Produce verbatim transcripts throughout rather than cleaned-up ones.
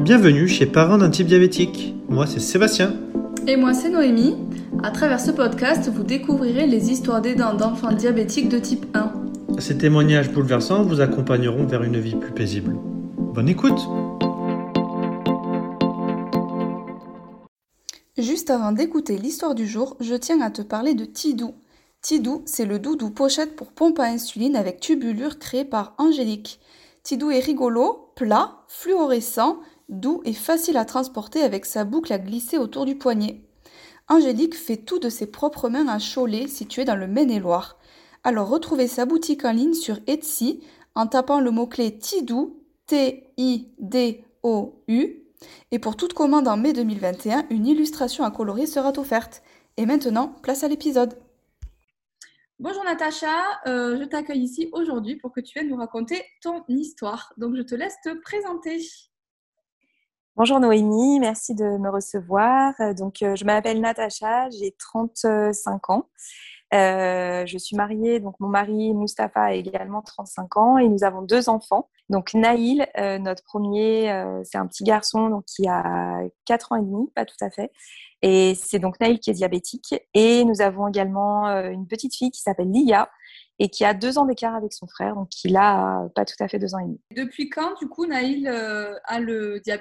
Bienvenue chez Parents d'un type diabétique. Moi, c'est Sébastien. Et moi, c'est Noémie. À travers ce podcast, vous découvrirez les histoires d'aidants d'enfants diabétiques de type un. Ces témoignages bouleversants vous accompagneront vers une vie plus paisible. Bonne écoute! Juste avant d'écouter l'histoire du jour, je tiens à te parler de Tidou. Tidou, c'est le doudou pochette pour pompe à insuline avec tubulure créé par Angélique. Tidou est rigolo, plat, fluorescent, doux et facile à transporter avec sa boucle à glisser autour du poignet. Angélique fait tout de ses propres mains à Cholet, situé dans le Maine-et-Loire. Alors retrouvez sa boutique en ligne sur Etsy en tapant le mot-clé Tidou, T I D O U. Et pour toute commande en mai deux mille vingt et un, une illustration à colorier sera offerte. Et maintenant, place à l'épisode. Bonjour Natacha, euh, je t'accueille ici aujourd'hui pour que tu viennes nous raconter ton histoire. Donc je te laisse te présenter. Bonjour Noémie, merci de me recevoir. Donc, euh, je m'appelle Natacha, j'ai trente-cinq ans. Euh, je suis mariée, donc mon mari Mustapha a également trente-cinq ans et nous avons deux enfants. Donc Naïl, euh, notre premier, euh, c'est un petit garçon donc, qui a quatre ans et demi, pas tout à fait. Et c'est donc Naïl qui est diabétique. Et nous avons également euh, une petite fille qui s'appelle Lia et qui a deux ans d'écart avec son frère, donc il a euh, pas tout à fait deux ans et demi. Depuis quand, du coup, Naïl euh, a le diabète ?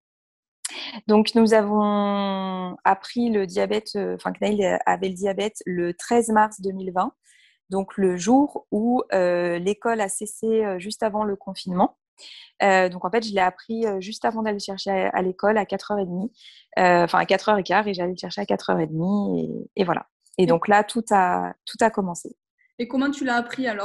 Donc, nous avons appris le diabète, euh, enfin, que Naïl avait le diabète le treize mars deux mille vingt, donc le jour où euh, l'école a cessé euh, juste avant le confinement. Euh, donc, en fait, je l'ai appris euh, juste avant d'aller chercher à, à l'école à quatre heures trente, euh, enfin à quatre heures quinze, et j'allais le chercher à quatre heures trente, et, et voilà. Et donc là, tout a, tout a commencé. Et comment tu l'as appris alors ?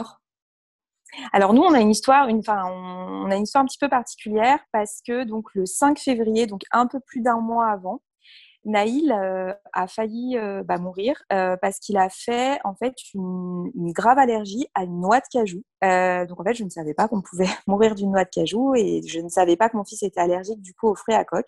Alors nous, on a une histoire, une, enfin, on, on a une histoire un petit peu particulière parce que donc le cinq février, donc un peu plus d'un mois avant, Naïl euh, a failli euh, bah, mourir euh, parce qu'il a fait en fait une, une grave allergie à une noix de cajou. Euh, donc en fait, je ne savais pas qu'on pouvait mourir d'une noix de cajou et je ne savais pas que mon fils était allergique du coup aux fruits à coque.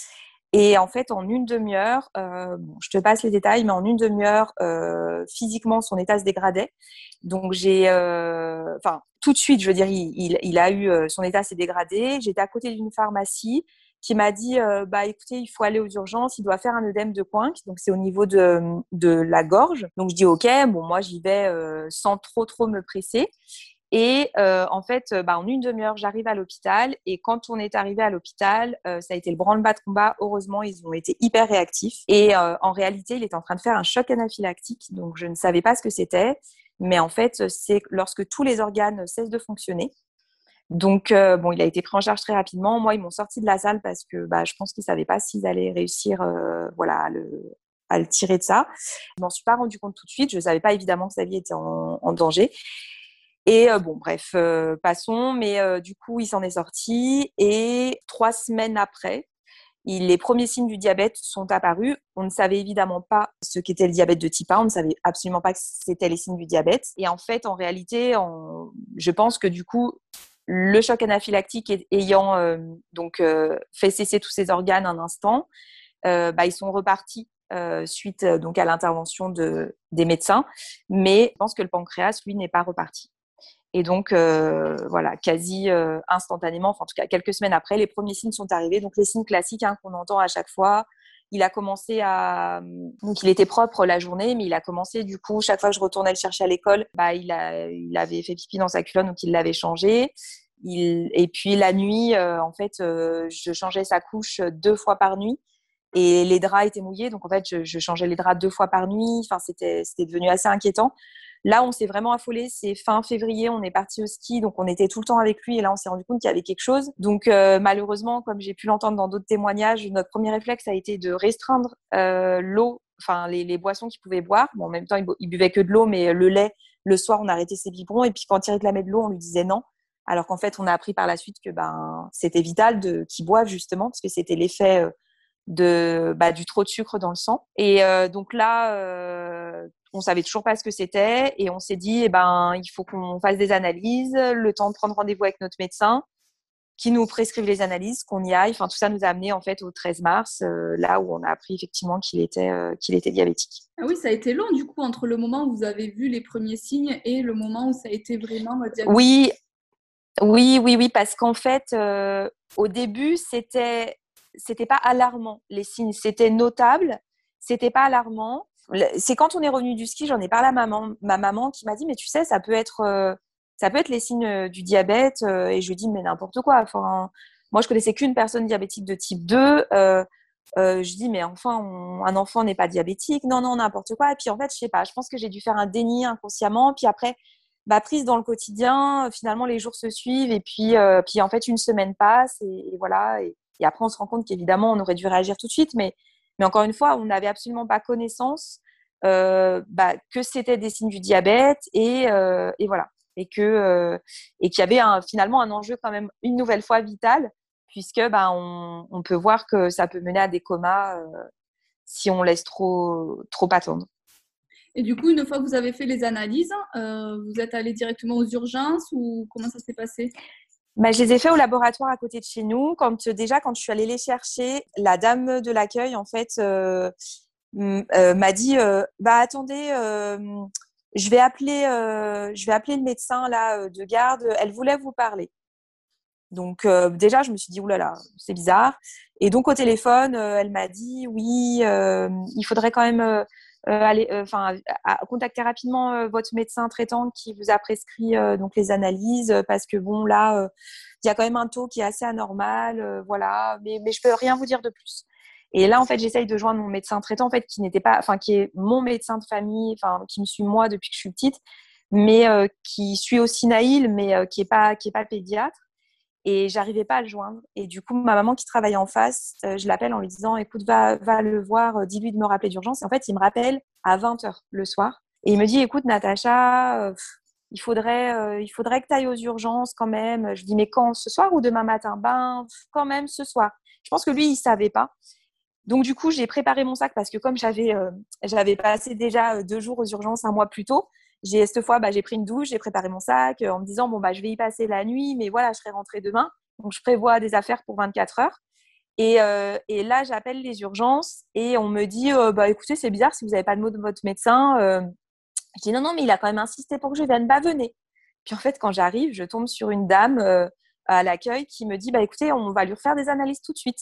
Et en fait, en une demi-heure, euh, bon, je te passe les détails, mais en une demi-heure, euh, physiquement, son état se dégradait. Donc, j'ai, euh, enfin, tout de suite, je veux dire, il, il, il a eu, euh, son état s'est dégradé. J'étais à côté d'une pharmacie qui m'a dit, euh, bah, écoutez, il faut aller aux urgences, il doit faire un œdème de Coinck, donc c'est au niveau de, de la gorge. Donc, je dis, ok, bon, moi, j'y vais euh, sans trop, trop me presser. Et euh, en fait, bah, en une demi-heure, j'arrive à l'hôpital. Et quand on est arrivé à l'hôpital, euh, ça a été le branle-bas de combat. Heureusement, ils ont été hyper réactifs. Et euh, en réalité, il était en train de faire un choc anaphylactique. Donc, je ne savais pas ce que c'était. Mais en fait, c'est lorsque tous les organes cessent de fonctionner. Donc, euh, bon, il a été pris en charge très rapidement. Moi, ils m'ont sorti de la salle parce que bah, je pense qu'ils ne savaient pas s'ils allaient réussir euh, voilà, à le, à le tirer de ça. Je m'en suis pas rendu compte tout de suite. Je ne savais pas évidemment que sa vie était en, en danger. Et euh, bon, bref, euh, passons. Mais euh, du coup, il s'en est sorti. Et trois semaines après, il, les premiers signes du diabète sont apparus. On ne savait évidemment pas ce qu'était le diabète de type un. On ne savait absolument pas que c'était les signes du diabète. Et en fait, en réalité, on, je pense que du coup, le choc anaphylactique ayant euh, donc euh, fait cesser tous ces organes un instant, euh, bah, ils sont repartis. Euh, suite euh, donc à l'intervention de, des médecins. Mais je pense que le pancréas, lui, n'est pas reparti. Et donc, euh, voilà, quasi euh, instantanément, enfin en tout cas quelques semaines après, les premiers signes sont arrivés. Donc, les signes classiques hein, qu'on entend à chaque fois. Il a commencé à... Donc, il était propre la journée, mais il a commencé, du coup, chaque fois que je retournais le chercher à l'école, bah, il, a... il avait fait pipi dans sa culotte, donc il l'avait changé. Il... Et puis, la nuit, euh, en fait, euh, je changeais sa couche deux fois par nuit. Et les draps étaient mouillés, donc en fait, je, je changeais les draps deux fois par nuit. Enfin, c'était, c'était devenu assez inquiétant. Là, on s'est vraiment affolé. C'est fin février, on est parti au ski, donc on était tout le temps avec lui. Et là, on s'est rendu compte qu'il y avait quelque chose. Donc, euh, malheureusement, comme j'ai pu l'entendre dans d'autres témoignages, notre premier réflexe a été de restreindre euh, l'eau, enfin les, les boissons qu'il pouvait boire. Bon, en même temps, il, il buvait que de l'eau, mais le lait, le soir, on arrêtait ses biberons. Et puis, quand il réclamait de l'eau, on lui disait non. Alors qu'en fait, on a appris par la suite que ben, c'était vital de, qu'il boive justement, parce que c'était l'effet euh, de bah, du trop de sucre dans le sang. Et euh, donc là, euh, on savait toujours pas ce que c'était et on s'est dit, eh ben, il faut qu'on fasse des analyses, le temps de prendre rendez-vous avec notre médecin qui nous prescrive les analyses, qu'on y aille. Enfin, tout ça nous a amené en fait au treize mars, euh, là où on a appris effectivement qu'il était, euh, qu'il était diabétique. Ah oui, ça a été long du coup entre le moment où vous avez vu les premiers signes et le moment où ça a été vraiment le diagnostic. Oui. Oui, oui, oui, parce qu'en fait, euh, au début, c'était, c'était pas alarmant. Les signes, c'était notable, c'était pas alarmant. Le- C'est quand on est revenu du ski, j'en ai parlé à maman, ma maman qui m'a dit, mais tu sais, ça peut être, euh, ça peut être les signes euh, du diabète. euh, et je lui ai dit, mais n'importe quoi. Enfin, moi, je connaissais qu'une personne diabétique de type deux. Euh, euh, je dis, mais enfin, on- un enfant n'est pas diabétique. Non, non, n'importe quoi. Et puis, en fait, je sais pas, je pense que j'ai dû faire un déni inconsciemment. Puis après, bah, prise dans le quotidien, finalement, les jours se suivent. Et puis, euh, puis en fait, une semaine passe. Et, et voilà. Et, et après, on se rend compte qu'évidemment, on aurait dû réagir tout de suite. Mais, mais encore une fois, on n'avait absolument pas connaissance euh, bah, que c'était des signes du diabète. Et, euh, et voilà. Et que euh, et qu'il y avait un, finalement un enjeu quand même une nouvelle fois vital puisque bah, on, on peut voir que ça peut mener à des comas euh, si on laisse trop, trop attendre. Et du coup, une fois que vous avez fait les analyses, euh, vous êtes allé directement aux urgences ou comment ça s'est passé? Bah, je les ai fait au laboratoire à côté de chez nous. Quand, déjà, quand je suis allée les chercher, la dame de l'accueil, en fait, euh, euh, m'a dit euh, bah, attendez, euh, je, vais appeler, euh, je vais appeler le médecin là, de garde. Elle voulait vous parler. Donc euh, déjà, je me suis dit, oulala, c'est bizarre. Et donc au téléphone, euh, elle m'a dit, oui, euh, il faudrait quand même euh, euh, aller, enfin, euh, contacter rapidement euh, votre médecin traitant qui vous a prescrit euh, donc les analyses, parce que bon là, euh, il y a quand même un taux qui est assez anormal, euh, voilà. Mais mais je peux rien vous dire de plus. Et là, en fait, j'essaye de joindre mon médecin traitant, en fait, qui n'était pas, enfin, qui est mon médecin de famille, enfin, qui me suit moi depuis que je suis petite, mais euh, qui suit aussi Naïl, mais euh, qui est pas, qui est pas pédiatre. Et j'arrivais pas à le joindre. Et du coup, ma maman qui travaille en face, euh, je l'appelle en lui disant, écoute, va, va le voir, euh, dis-lui de me rappeler d'urgence. Et en fait, il me rappelle à vingt heures le soir. Et il me dit, écoute, Natacha, euh, pff, il faudrait, euh, il faudrait que tu ailles aux urgences quand même. Je dis, mais quand? Ce soir ou demain matin? Ben, pff, quand même ce soir. Je pense que lui, il savait pas. Donc, du coup, j'ai préparé mon sac parce que comme j'avais, euh, j'avais passé déjà euh, deux jours aux urgences un mois plus tôt, j'ai, cette fois, bah, j'ai pris une douche, j'ai préparé mon sac euh, en me disant, bon, bah, je vais y passer la nuit, mais voilà, je serai rentrée demain. Donc, je prévois des affaires pour vingt-quatre heures. Et, euh, et là, j'appelle les urgences et on me dit, euh, bah, écoutez, c'est bizarre si vous n'avez pas de mot de votre médecin. Euh, je dis, non, non, mais il a quand même insisté pour que je vienne. Bah, venez. Puis en fait, quand j'arrive, je tombe sur une dame euh, à l'accueil qui me dit, bah, écoutez, on va lui refaire des analyses tout de suite.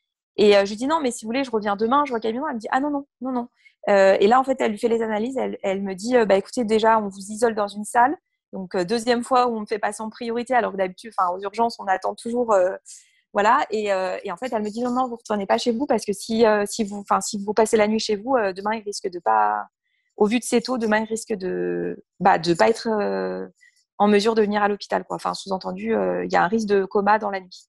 Et euh, je lui dis non, mais si vous voulez, je reviens demain, je vois Camille. Elle me dit ah non, non, non, non. Euh, et là, en fait, elle lui fait les analyses. Elle, elle me dit euh, bah écoutez, déjà, on vous isole dans une salle. Donc, euh, deuxième fois où on me fait passer en priorité, alors que d'habitude, enfin, aux urgences, on attend toujours. Euh, voilà. Et, euh, et en fait, elle me dit non, non, vous retournez pas chez vous parce que si, euh, si, vous, enfin, si vous passez la nuit chez vous, euh, demain, il risque de pas. Au vu de ces taux, demain, il risque de bah, de pas être euh, en mesure de venir à l'hôpital, quoi. Enfin, sous-entendu, euh, il y a un risque de coma dans la nuit.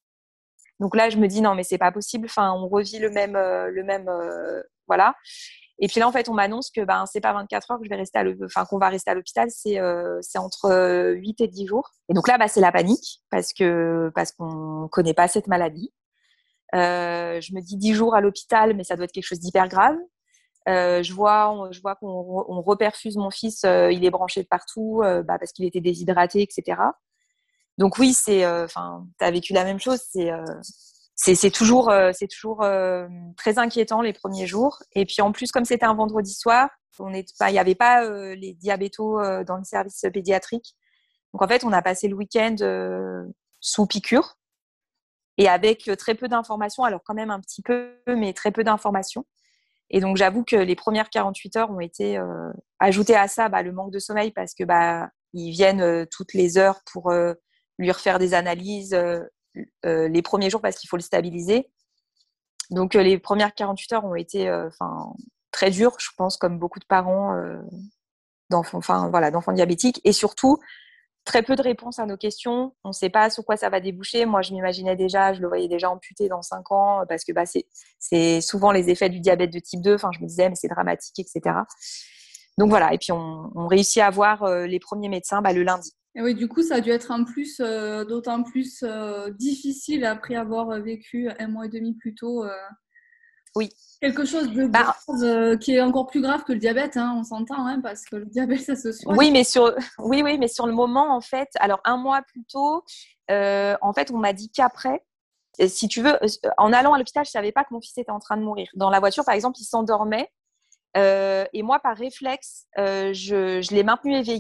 Donc là, je me dis non, mais c'est pas possible. Enfin, on revit le même, euh, le même, euh, voilà. Et puis là, en fait, on m'annonce que ben c'est pas vingt-quatre heures que je vais rester à l'hôpital, enfin qu'on va rester à l'hôpital, c'est euh, c'est entre euh, huit et dix jours. Et donc là, bah c'est la panique parce que parce qu'on connaît pas cette maladie. Euh, je me dis dix jours à l'hôpital, mais ça doit être quelque chose d'hyper grave. Euh, je vois, on, je vois qu'on on reperfuse mon fils, euh, il est branché de partout, euh, bah, parce qu'il était déshydraté, et cetera. Donc oui, c'est, enfin, euh, tu as vécu la même chose. C'est, euh, c'est, c'est toujours, euh, c'est toujours euh, très inquiétant les premiers jours. Et puis en plus, comme c'était un vendredi soir, on est, il n'y avait pas euh, les diabétos euh, dans le service pédiatrique. Donc en fait, on a passé le week-end euh, sous piqûre et avec euh, très peu d'informations. Alors quand même un petit peu, mais très peu d'informations. Et donc j'avoue que les premières quarante-huit heures ont été euh, ajoutées à ça, bah, le manque de sommeil parce que bah ils viennent euh, toutes les heures pour euh, lui refaire des analyses euh, euh, les premiers jours parce qu'il faut le stabiliser. Donc euh, les premières quarante-huit heures ont été enfin euh, très dures, je pense, comme beaucoup de parents euh, d'enfants, enfin voilà, d'enfants diabétiques, et surtout très peu de réponses à nos questions. On ne sait pas sur quoi ça va déboucher. Moi, je m'imaginais déjà, je le voyais déjà amputé dans cinq ans parce que bah, c'est, c'est souvent les effets du diabète de type deux. Enfin, je me disais, mais c'est dramatique, et cetera. Donc voilà, et puis on, on réussit à voir euh, les premiers médecins bah, le lundi. Et oui, du coup, ça a dû être en plus, euh, d'autant plus euh, difficile après avoir vécu un mois et demi plus tôt. Euh, Oui. Quelque chose de grave, Bah, euh, qui est encore plus grave que le diabète, hein, on s'entend, hein, parce que le diabète, ça se soigne. oui, mais sur, oui, oui, mais sur le moment, en fait, alors un mois plus tôt, euh, en fait, on m'a dit qu'après, si tu veux, en allant à l'hôpital, je savais pas que mon fils était en train de mourir. Dans la voiture, par exemple, il s'endormait. Euh, et moi, par réflexe, euh, je, je l'ai maintenu éveillé.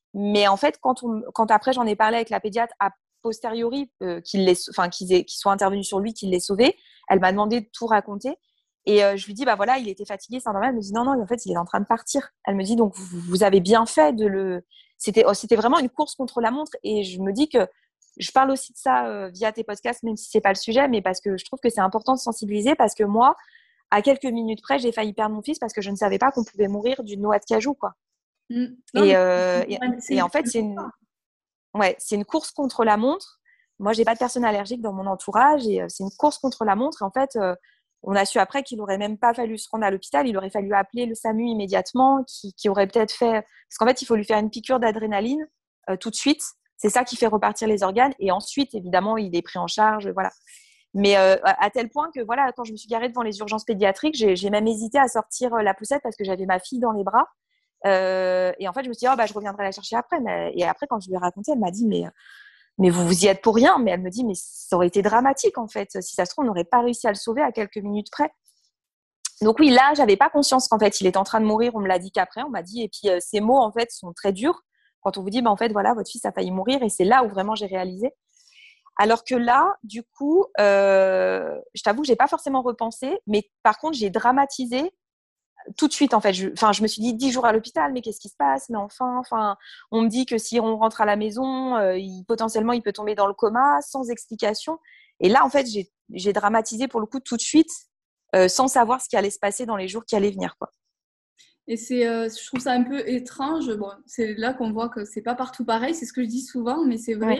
Mais en fait, quand, on, quand après j'en ai parlé avec la pédiatre a posteriori, euh, qu'il les, enfin, qu'ils, aient, qu'ils soient intervenus sur lui, qu'il l'ait sauvé, elle m'a demandé de tout raconter. Et euh, je lui dis, bah voilà, il était fatigué, c'est normal. Elle me dit, non, non, en fait, il est en train de partir. Elle me dit, donc vous, vous avez bien fait de le. C'était, oh, c'était vraiment une course contre la montre. Et je me dis que je parle aussi de ça euh, via tes podcasts, même si c'est pas le sujet, mais parce que je trouve que c'est important de sensibiliser, parce que moi, à quelques minutes près, j'ai failli perdre mon fils parce que je ne savais pas qu'on pouvait mourir d'une noix de cajou, quoi. Mmh. Non, Et, mais euh, c'est et, c'est et une en fait, belle c'est une, histoire. ouais, c'est une course contre la montre. Moi, j'ai pas de personne allergique dans mon entourage et euh, c'est une course contre la montre. Et en fait, euh, on a su après qu'il aurait même pas fallu se rendre à l'hôpital. Il aurait fallu appeler le SAMU immédiatement, qui, qui aurait peut-être fait, parce qu'en fait, il faut lui faire une piqûre d'adrénaline euh, tout de suite. C'est ça qui fait repartir les organes. Et ensuite, évidemment, il est pris en charge, voilà. Mais euh, à tel point que, voilà, quand je me suis garée devant les urgences pédiatriques, j'ai, j'ai même hésité à sortir la poussette parce que j'avais ma fille dans les bras. Euh, et en fait, je me suis dit, oh, bah, je reviendrai la chercher après. Mais, et après, quand je lui ai raconté, elle m'a dit, mais, mais vous vous y êtes pour rien. Mais elle me dit, mais ça aurait été dramatique, en fait. Si ça se trouve, on n'aurait pas réussi à le sauver à quelques minutes près. Donc oui, là, j'avais pas conscience qu'en fait, il est en train de mourir. On me l'a dit qu'après, on m'a dit. Et puis, euh, ces mots, en fait, sont très durs quand on vous dit, bah, en fait, voilà, votre fils a failli mourir. Et c'est là où vraiment j'ai réalisé. Alors que là, du coup, euh, je t'avoue que j'ai pas forcément repensé, mais par contre, j'ai dramatisé tout de suite. En fait, je, enfin, je me suis dit dix jours à l'hôpital, mais qu'est-ce qui se passe? Mais enfin, enfin, on me dit que si on rentre à la maison, euh, il, potentiellement, il peut tomber dans le coma sans explication. Et là, en fait, j'ai, j'ai dramatisé pour le coup tout de suite, euh, sans savoir ce qui allait se passer dans les jours qui allaient venir, quoi. Et c'est, euh, je trouve ça un peu étrange. Bon, c'est là qu'on voit que c'est pas partout pareil. C'est ce que je dis souvent, mais c'est vrai. Oui.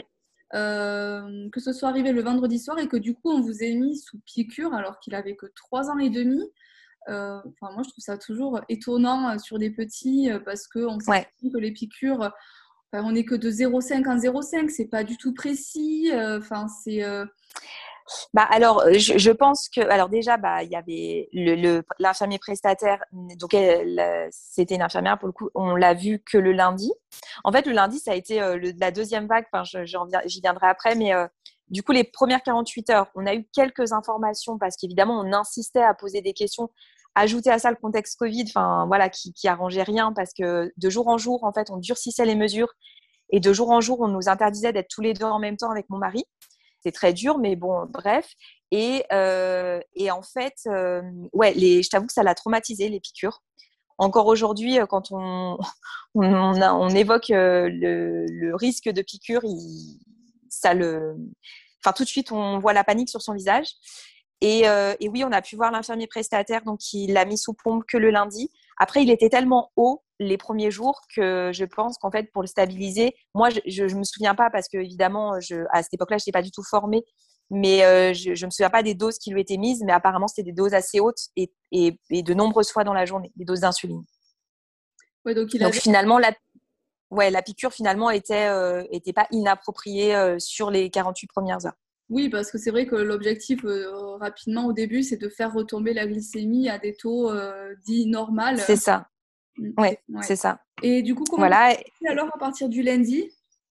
Euh, que ce soit arrivé le vendredi soir et que du coup on vous ait mis sous piqûre alors qu'il avait que trois ans et demi. Euh, enfin, moi je trouve ça toujours étonnant euh, sur des petits euh, parce qu'on sait Ouais. que les piqûres, euh, enfin, on n'est que de zéro virgule cinq en zéro virgule cinq, c'est pas du tout précis. euh, Enfin, c'est. euh, Bah alors, je, je pense que, alors déjà, bah il y avait le, le l'infirmier prestataire, donc elle, c'était une infirmière pour le coup, on l'a vu que le lundi. En fait, le lundi, ça a été euh, le, la deuxième vague. Enfin, je, j'en viens, j'y viendrai après, mais euh, du coup, les premières quarante-huit heures, on a eu quelques informations parce qu'évidemment, on insistait à poser des questions. Ajouter à ça le contexte Covid, enfin voilà, qui, qui arrangeait rien parce que de jour en jour, en fait, on durcissait les mesures et de jour en jour, on nous interdisait d'être tous les deux en même temps avec mon mari. C'est très dur, mais bon, bref. Et, euh, et en fait, euh, ouais, les, je t'avoue que ça l'a traumatisé, les piqûres. Encore aujourd'hui, quand on, on, a, on évoque le, le risque de piqûre, il, ça le, enfin, tout de suite, on voit la panique sur son visage. Et, euh, et oui, on a pu voir l'infirmier prestataire, donc il l'a mis sous pompe que le lundi. Après, il était tellement haut les premiers jours que je pense qu'en fait, pour le stabiliser, moi, je ne me souviens pas parce que évidemment, je, à cette époque-là, je n'étais pas du tout formée, mais euh, je ne me souviens pas des doses qui lui étaient mises, mais apparemment, c'était des doses assez hautes et, et, et de nombreuses fois dans la journée, des doses d'insuline. Ouais, donc il Donc avait. finalement, la, ouais, la piqûre finalement était, euh, était pas inappropriée euh, sur les quarante-huit premières heures. Oui, parce que c'est vrai que l'objectif euh, rapidement au début, c'est de faire retomber la glycémie à des taux euh, dits normaux. C'est ça. Mm. Ouais, Ouais. c'est ça. Et du coup, comment Voilà. tu alors à partir du lundi?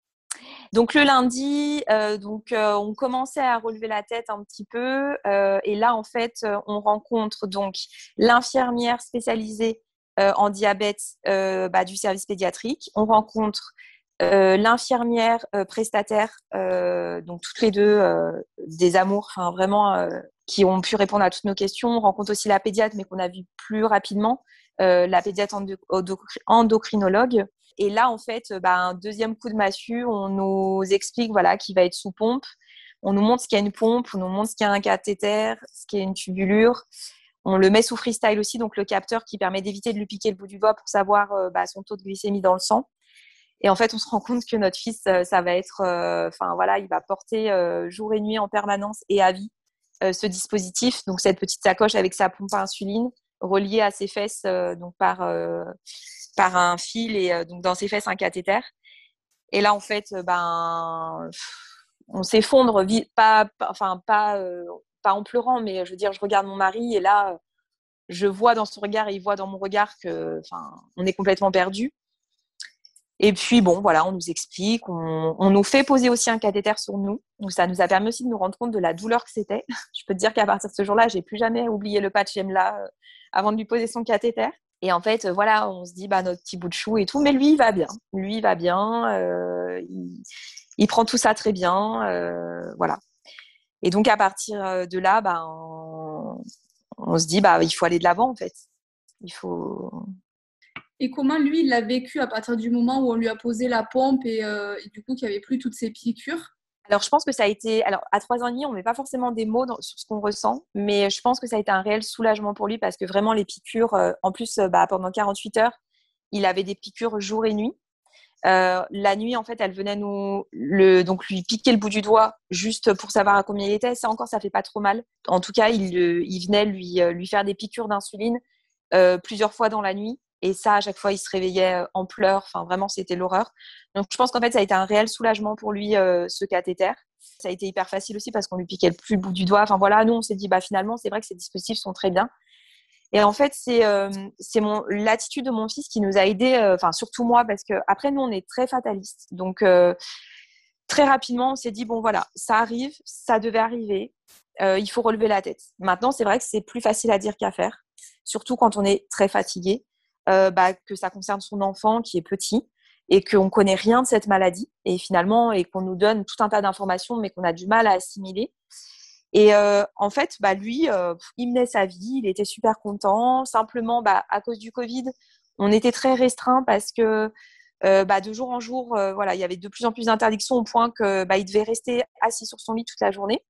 Donc le lundi, euh, donc euh, on commençait à relever la tête un petit peu, euh, et là en fait, euh, on rencontre donc l'infirmière spécialisée euh, en diabète euh, bah, du service pédiatrique. On rencontre euh, l'infirmière euh, prestataire, euh, donc toutes les deux euh, des amours, enfin vraiment euh, qui ont pu répondre à toutes nos questions. On rencontre aussi la pédiatre, mais qu'on a vu plus rapidement, euh, la pédiatre endo- endocrinologue. Et là, en fait, bah, un deuxième coup de massue, on nous explique voilà, qu'il va être sous pompe. On nous montre ce qu'est une pompe, on nous montre ce qu'est un cathéter, ce qu'est une tubulure. On le met sous freestyle aussi, donc le capteur qui permet d'éviter de lui piquer le bout du doigt pour savoir euh, bah, son taux de glycémie dans le sang. Et en fait, on se rend compte que notre fils, euh, ça va être, enfin euh, voilà, il va porter euh, jour et nuit en permanence et à vie euh, ce dispositif, donc cette petite sacoche avec sa pompe à insuline reliée à ses fesses, euh, donc par euh, par un fil et euh, donc dans ses fesses un cathéter. Et là, en fait, euh, ben, on s'effondre, pas, pas, enfin pas, euh, pas en pleurant, mais je veux dire, je regarde mon mari et là, je vois dans son regard et il voit dans mon regard que, enfin, on est complètement perdu. Et puis bon, voilà, on nous explique, on, on nous fait poser aussi un cathéter sur nous. Donc ça nous a permis aussi de nous rendre compte de la douleur que c'était. Je peux te dire qu'à partir de ce jour-là, j'ai plus jamais oublié le patch M L A euh, avant de lui poser son cathéter. Et en fait, voilà, on se dit, bah, notre petit bout de chou et tout, mais lui, il va bien. Lui, il va bien. Euh, il, il prend tout ça très bien. Euh, voilà. Et donc, à partir de là, bah, on, on se dit, bah, il faut aller de l'avant, en fait. Il faut. Et comment lui, il l'a vécu à partir du moment où on lui a posé la pompe et, euh, et du coup qu'il n'y avait plus toutes ces piqûres? Alors, je pense que ça a été. Alors, à trois ans et demi, on met pas forcément des mots dans- sur ce qu'on ressent, mais je pense que ça a été un réel soulagement pour lui parce que vraiment, les piqûres, euh, en plus, euh, bah, pendant quarante-huit heures, il avait des piqûres jour et nuit. Euh, la nuit, en fait, elle venait nous le donc lui piquer le bout du doigt juste pour savoir à combien il était. Ça encore, ça fait pas trop mal. En tout cas, il, euh, il venait lui euh, lui faire des piqûres d'insuline euh, plusieurs fois dans la nuit. Et ça, à chaque fois, il se réveillait euh, en pleurs. Enfin, vraiment, c'était l'horreur. Donc, je pense qu'en fait, ça a été un réel soulagement pour lui, euh, ce cathéter. Ça a été hyper facile aussi parce qu'on lui piquait plus le bout du doigt. Enfin, voilà, nous, on s'est dit, bah, finalement, c'est vrai que ces dispositifs sont très bien. Et en fait, c'est euh, c'est mon l'attitude de mon fils qui nous a aidés, euh, enfin surtout moi, parce que après nous on est très fatalistes. Donc euh, très rapidement, on s'est dit bon voilà, ça arrive, ça devait arriver, euh, il faut relever la tête. Maintenant, c'est vrai que c'est plus facile à dire qu'à faire, surtout quand on est très fatigué, euh, bah, que ça concerne son enfant qui est petit et qu'on connaît rien de cette maladie et finalement et qu'on nous donne tout un tas d'informations mais qu'on a du mal à assimiler. Et euh, en fait, bah, lui, euh, il menait sa vie, il était super content. Simplement, bah, à cause du Covid, on était très restreint parce que euh, bah, de jour en jour, euh, voilà, il y avait de plus en plus d'interdictions au point que bah, il devait rester assis sur son lit toute la journée.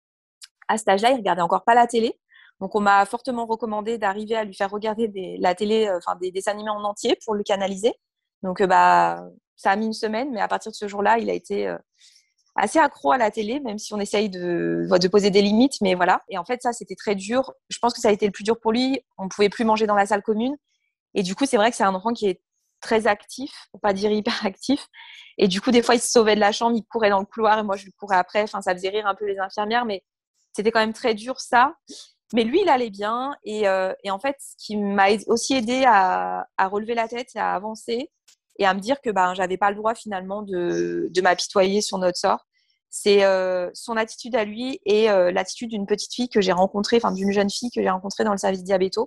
À cet âge-là, il regardait encore pas la télé. Donc, on m'a fortement recommandé d'arriver à lui faire regarder des, la télé, euh, enfin des dessins animés en entier pour le canaliser. Donc, euh, bah, ça a mis une semaine, mais à partir de ce jour-là, il a été euh, assez accro à la télé, même si on essaye de, de poser des limites, mais voilà. Et en fait, ça, c'était très dur. Je pense que ça a été le plus dur pour lui. On ne pouvait plus manger dans la salle commune. Et du coup, c'est vrai que c'est un enfant qui est très actif, pour pas dire hyper actif. Et du coup, des fois, il se sauvait de la chambre, il courait dans le couloir et moi, je lui courais après. Enfin, ça faisait rire un peu les infirmières, mais c'était quand même très dur, ça. Mais lui, il allait bien. Et, euh, et en fait, ce qui m'a aussi aidé à, à relever la tête et à avancer et à me dire que ben, j'avais pas le droit finalement de, de m'apitoyer sur notre sort, c'est euh, son attitude à lui et euh, l'attitude d'une petite fille que j'ai rencontrée, enfin d'une jeune fille que j'ai rencontrée dans le service diabéto.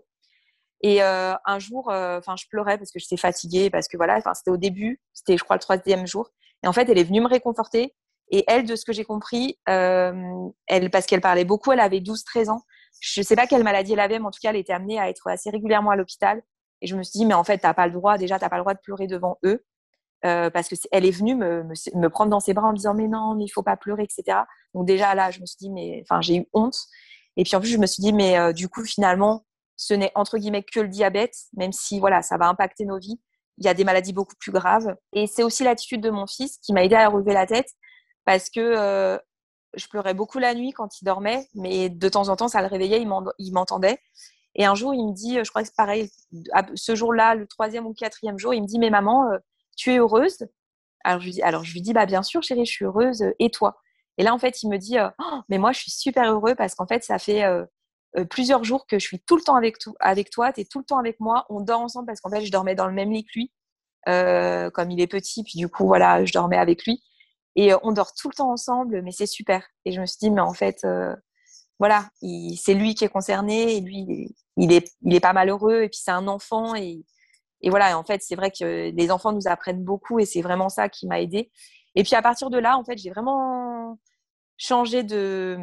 Et euh, un jour, enfin, euh, je pleurais parce que j'étais fatiguée, parce que voilà, enfin, c'était au début, c'était, je crois, le troisième jour. Et en fait, elle est venue me réconforter. Et elle, de ce que j'ai compris, euh, elle, parce qu'elle parlait beaucoup, elle avait douze treize ans. Je sais pas quelle maladie elle avait, mais en tout cas, elle était amenée à être assez régulièrement à l'hôpital. Et je me suis dit, mais en fait, t'as pas le droit, déjà, t'as pas le droit de pleurer devant eux. Euh, parce que c'est, elle est venue me, me, me prendre dans ses bras en me disant, mais non, mais il faut pas pleurer, et cetera. Donc déjà, là, je me suis dit, mais, enfin, j'ai eu honte. Et puis en plus, je me suis dit, mais euh, du coup, finalement, ce n'est entre guillemets que le diabète, même si voilà, ça va impacter nos vies. Il y a des maladies beaucoup plus graves. Et c'est aussi l'attitude de mon fils qui m'a aidé à relever la tête parce que euh, je pleurais beaucoup la nuit quand il dormait, mais de temps en temps, ça le réveillait, il, il m'entendait. Et un jour, il me dit, je crois que c'est pareil, ce jour-là, le troisième ou quatrième jour, il me dit, mais maman, euh, tu es heureuse? Alors je lui dis, alors je lui dis, bah bien sûr, chérie, je suis heureuse. Et toi? Et là, en fait, il me dit, euh, oh, mais moi, je suis super heureux parce qu'en fait, ça fait euh, euh, plusieurs jours que je suis tout le temps avec, to- avec toi, tu es tout le temps avec moi, on dort ensemble parce qu'en fait, je dormais dans le même lit que lui, euh, comme il est petit, puis du coup, voilà, je dormais avec lui. Et euh, on dort tout le temps ensemble, mais c'est super. Et je me suis dit, mais en fait, euh, voilà, il- c'est lui qui est concerné, et lui, il est, il est, il est pas malheureux, et puis c'est un enfant, et, et voilà, et en fait, c'est vrai que les enfants nous apprennent beaucoup, et c'est vraiment ça qui m'a aidée. Et puis à partir de là, en fait, j'ai vraiment changé de,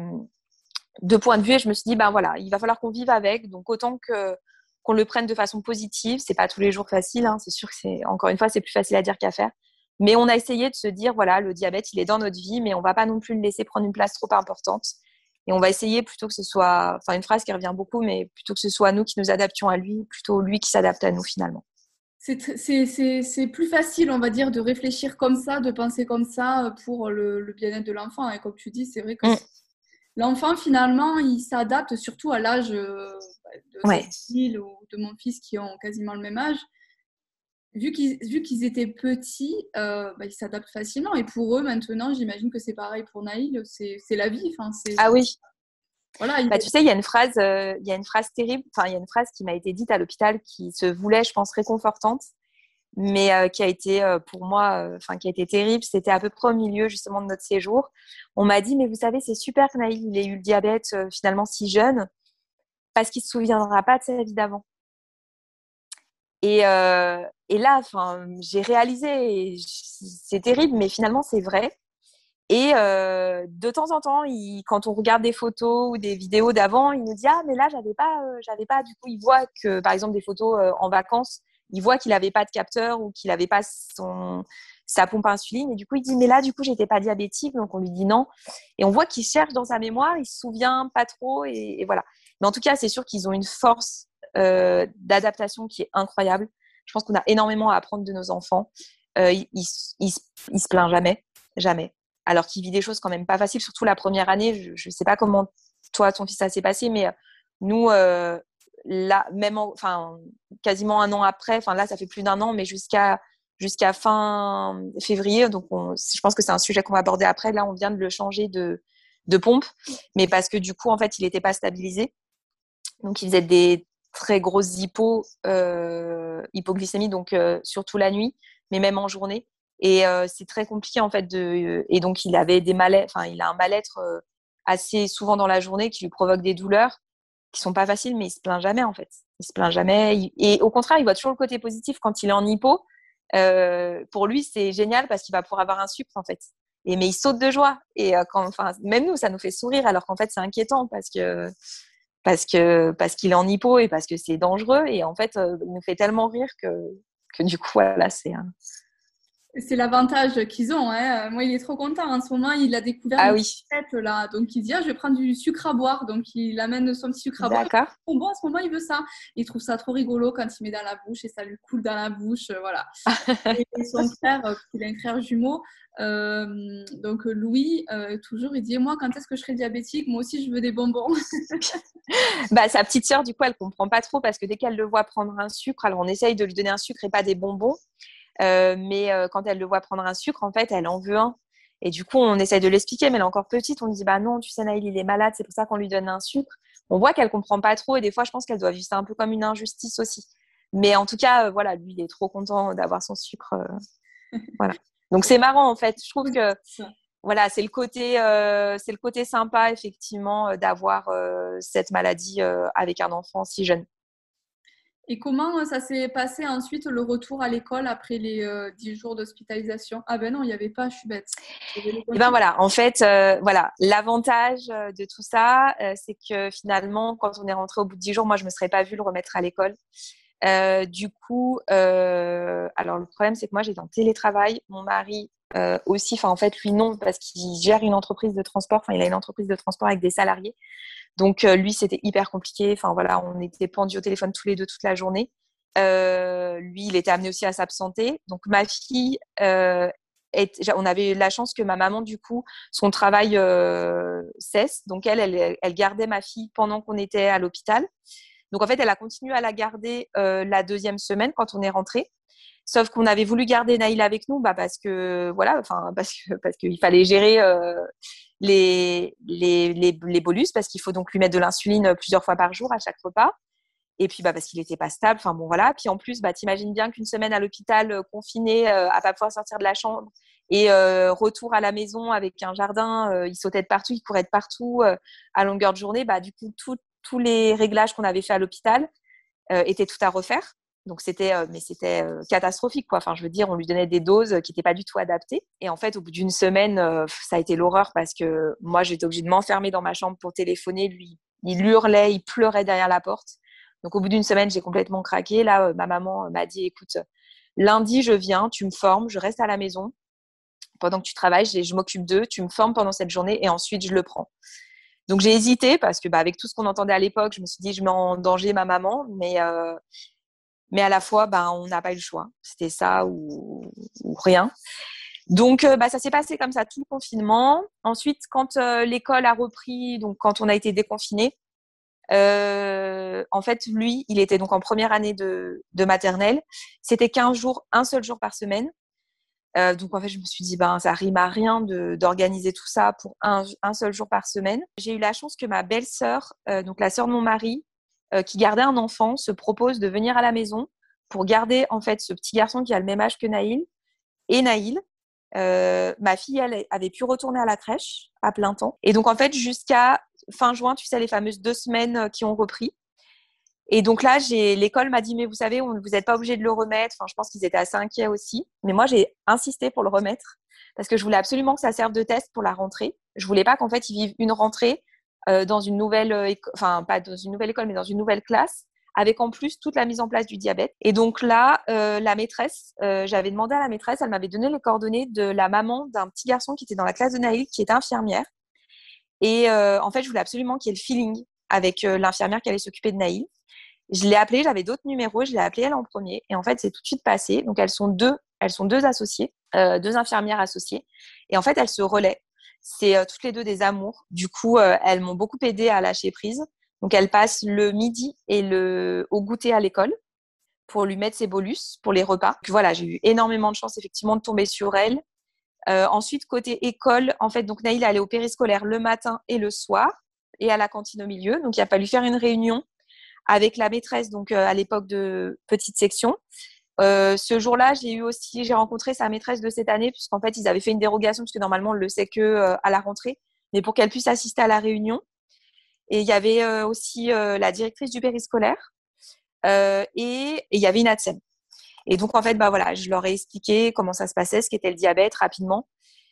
de point de vue et je me suis dit, ben voilà, il va falloir qu'on vive avec. Donc, autant que, qu'on le prenne de façon positive. C'est pas tous les jours facile. Hein. C'est sûr que c'est, encore une fois, c'est plus facile à dire qu'à faire. Mais on a essayé de se dire, voilà, le diabète, il est dans notre vie, mais on va pas non plus le laisser prendre une place trop importante. Et on va essayer plutôt que ce soit, enfin, une phrase qui revient beaucoup, mais plutôt que ce soit nous qui nous adaptions à lui, plutôt lui qui s'adapte à nous finalement. C'est, tr- c'est, c'est, c'est plus facile, on va dire, de réfléchir comme ça, de penser comme ça pour le, le bien-être de l'enfant. Et comme tu dis, c'est vrai que Mmh. c'est- l'enfant, finalement, il s'adapte surtout à l'âge euh, de Ouais. Cécile ou de mon fils qui ont quasiment le même âge. Vu qu'ils, vu qu'ils étaient petits, euh, bah, ils s'adaptent facilement. Et pour eux, maintenant, j'imagine que c'est pareil pour Naïl. C'est, c'est la vie. Enfin, c'est, Ah oui. voilà, il Bah, est- tu sais, il y a une phrase, euh, il y a une phrase terrible, enfin, il y a une phrase qui m'a été dite à l'hôpital qui se voulait, je pense, réconfortante, mais euh, qui a été euh, pour moi, euh, enfin, qui a été terrible. C'était à peu près au milieu justement de notre séjour. On m'a dit, mais vous savez, c'est super que Naïl il ait eu le diabète euh, finalement si jeune, parce qu'il se souviendra pas de sa vie d'avant. Et, euh, et là, enfin, j'ai réalisé, et c'est terrible, mais finalement, c'est vrai. Et euh, de temps en temps, il, quand on regarde des photos ou des vidéos d'avant, il nous dit ah mais là j'avais pas, euh, j'avais pas. Du coup, il voit que par exemple des photos euh, en vacances, il voit qu'il avait pas de capteur ou qu'il avait pas son sa pompe à insuline. Et du coup, il dit mais là du coup j'étais pas diabétique, donc on lui dit non. Et on voit qu'il cherche dans sa mémoire, il se souvient pas trop et, et voilà. Mais en tout cas, c'est sûr qu'ils ont une force euh, d'adaptation qui est incroyable. Je pense qu'on a énormément à apprendre de nos enfants. Euh, il, il, il, il se plaint jamais, jamais. Alors qu'il vit des choses quand même pas faciles, surtout la première année. Je ne sais pas comment toi, ton fils, ça s'est passé, mais nous, euh, là, même, en, enfin, quasiment un an après, enfin là, ça fait plus d'un an, mais jusqu'à jusqu'à fin février, donc on, je pense que c'est un sujet qu'on va aborder après. Là, on vient de le changer de, de pompe, mais parce que du coup, en fait, il n'était pas stabilisé. Donc, il faisait des très grosses hypo, euh, hypoglycémie, donc euh, surtout la nuit, mais même en journée. Et euh, c'est très compliqué en fait de. Et donc il avait des mal enfin il a un mal-être euh, assez souvent dans la journée qui lui provoque des douleurs qui sont pas faciles, mais il se plaint jamais en fait. Il se plaint jamais. Il... Et au contraire, il voit toujours le côté positif quand il est en hypo. Euh, pour lui, c'est génial parce qu'il va pouvoir avoir un sucre en fait. Et mais il saute de joie. Et euh, quand, enfin, même nous, ça nous fait sourire alors qu'en fait c'est inquiétant parce que parce que parce qu'il est en hypo et parce que c'est dangereux. Et en fait, euh, il nous fait tellement rire que que du coup voilà, c'est un C'est l'avantage qu'ils ont. Hein. Moi, il est trop content. En ce moment, il a découvert ah une oui. recette là. Donc, il dit ah, je vais prendre du sucre à boire. Donc, il amène son petit sucre à boire. D'accord. Bon, bon, en ce moment, il veut ça. Il trouve ça trop rigolo quand il met dans la bouche et ça lui coule dans la bouche. Euh, voilà. Et son frère, euh, il a un frère jumeau. Euh, donc, Louis, euh, toujours, il dit moi, quand est-ce que je serai diabétique? Moi aussi, je veux des bonbons. Bah, sa petite sœur, du coup, elle comprend pas trop parce que dès qu'elle le voit prendre un sucre, alors on essaye de lui donner un sucre et pas des bonbons. Euh, mais euh, quand elle le voit prendre un sucre, en fait, elle en veut un. Et du coup, on essaye de l'expliquer, mais elle est encore petite. On lui dit, bah non, tu sais, Naïl, il est malade, c'est pour ça qu'on lui donne un sucre. On voit qu'elle comprend pas trop et des fois, je pense qu'elle doit vivre ça un peu comme une injustice aussi. Mais en tout cas, euh, voilà, lui, il est trop content d'avoir son sucre. Euh, voilà. Donc, c'est marrant, en fait. Je trouve que voilà, c'est le côté, euh, c'est le côté sympa, effectivement, euh, d'avoir euh, cette maladie euh, avec un enfant si jeune. Et comment ça s'est passé ensuite le retour à l'école après les euh, dix jours d'hospitalisation? Ah ben non, il n'y avait pas, je suis bête. Et ben voilà, en fait, euh, voilà, l'avantage euh, de tout ça, euh, c'est que finalement, quand on est rentré au bout de dix jours, moi, je me serais pas vue le remettre à l'école. Euh, du coup, euh, alors le problème, c'est que moi, j'étais en télétravail. Mon mari euh, aussi, enfin en fait, lui non, parce qu'il gère une entreprise de transport. Enfin, il a une entreprise de transport avec des salariés. Donc euh, lui, c'était hyper compliqué. Enfin voilà, on était pendus au téléphone tous les deux toute la journée. Euh, lui, il était amené aussi à s'absenter. Donc ma fille, euh, est, on avait eu la chance que ma maman, du coup, son travail euh, cesse. Donc elle, elle, elle gardait ma fille pendant qu'on était à l'hôpital. Donc en fait, elle a continué à la garder euh, la deuxième semaine quand on est rentré. Sauf qu'on avait voulu garder Naïl avec nous, bah parce que voilà, enfin parce que parce qu'il fallait gérer euh, les, les les les bolus, parce qu'il faut donc lui mettre de l'insuline plusieurs fois par jour à chaque repas. Et puis bah parce qu'il était pas stable. Enfin bon voilà. Puis en plus, bah t'imagines bien qu'une semaine à l'hôpital euh, confiné, euh, à pas pouvoir sortir de la chambre et euh, retour à la maison avec un jardin, euh, il sautait de partout, il courait de partout euh, à longueur de journée. Bah du coup tout, tous les réglages qu'on avait fait à l'hôpital euh, étaient tout à refaire. Donc c'était, euh, mais c'était euh, catastrophique quoi. Enfin je veux dire, on lui donnait des doses qui n'étaient pas du tout adaptées. Et en fait, au bout d'une semaine, euh, ça a été l'horreur parce que moi j'étais obligée de m'enfermer dans ma chambre pour téléphoner. Lui, il hurlait, il pleurait derrière la porte. Donc au bout d'une semaine, j'ai complètement craqué. Là, euh, ma maman m'a dit, écoute, lundi je viens, tu me formes, je reste à la maison pendant que tu travailles, je, je m'occupe d'eux, tu me formes pendant cette journée et ensuite je le prends. Donc j'ai hésité parce que bah, avec tout ce qu'on entendait à l'époque, je me suis dit je mets en danger ma maman, mais euh, mais à la fois bah, on n'a pas eu le choix. C'était ça ou, ou rien. Donc euh, bah, ça s'est passé comme ça tout le confinement. Ensuite, quand euh, l'école a repris, donc quand on a été déconfinés, euh, en fait lui, il était donc en première année de, de maternelle. C'était quinze jours, un seul jour par semaine. Euh, donc en fait, je me suis dit, ben ça rime à rien de, d'organiser tout ça pour un, un seul jour par semaine. J'ai eu la chance que ma belle-sœur, euh, donc la sœur de mon mari, euh, qui gardait un enfant, se propose de venir à la maison pour garder en fait ce petit garçon qui a le même âge que Naïl et Naïl. Euh, ma fille, elle avait pu retourner à la crèche à plein temps. Et donc en fait, jusqu'à fin juin, tu sais, les fameuses deux semaines qui ont repris. Et donc là, j'ai, l'école m'a dit, mais vous savez, on, vous n'êtes pas obligé de le remettre. Enfin, je pense qu'ils étaient assez inquiets aussi. Mais moi, j'ai insisté pour le remettre parce que je voulais absolument que ça serve de test pour la rentrée. Je voulais pas qu'en fait, ils vivent une rentrée euh, dans une nouvelle, éco- enfin, pas dans une nouvelle école, mais dans une nouvelle classe, avec en plus toute la mise en place du diabète. Et donc là, euh, la maîtresse, euh, j'avais demandé à la maîtresse, elle m'avait donné les coordonnées de la maman d'un petit garçon qui était dans la classe de Naïl, qui était infirmière. Et euh, en fait, je voulais absolument qu'il y ait le feeling avec euh, l'infirmière qui allait s'occuper de Naïl. Je l'ai appelée, j'avais d'autres numéros, je l'ai appelée elle en premier. Et en fait, c'est tout de suite passé. Donc, elles sont deux, elles sont deux associées, euh, deux infirmières associées. Et en fait, elles se relaient. C'est euh, toutes les deux des amours. Du coup, euh, elles m'ont beaucoup aidée à lâcher prise. Donc, elles passent le midi et le au goûter à l'école pour lui mettre ses bolus pour les repas. Donc, voilà, j'ai eu énormément de chance effectivement de tomber sur elle. Euh, ensuite, côté école, en fait, donc Naïl allait au périscolaire le matin et le soir et à la cantine au milieu. Donc, il a fallu faire une réunion avec la maîtresse, donc euh, à l'époque de petite section. Euh, ce jour-là, j'ai eu aussi, j'ai rencontré sa maîtresse de cette année, puisqu'en fait, ils avaient fait une dérogation, puisque normalement, on le sait que euh, à la rentrée, mais pour qu'elle puisse assister à la réunion. Et il y avait euh, aussi euh, la directrice du périscolaire euh, et, et il y avait une ATSEM. Et donc, en fait, bah voilà, je leur ai expliqué comment ça se passait, ce qu'était le diabète rapidement.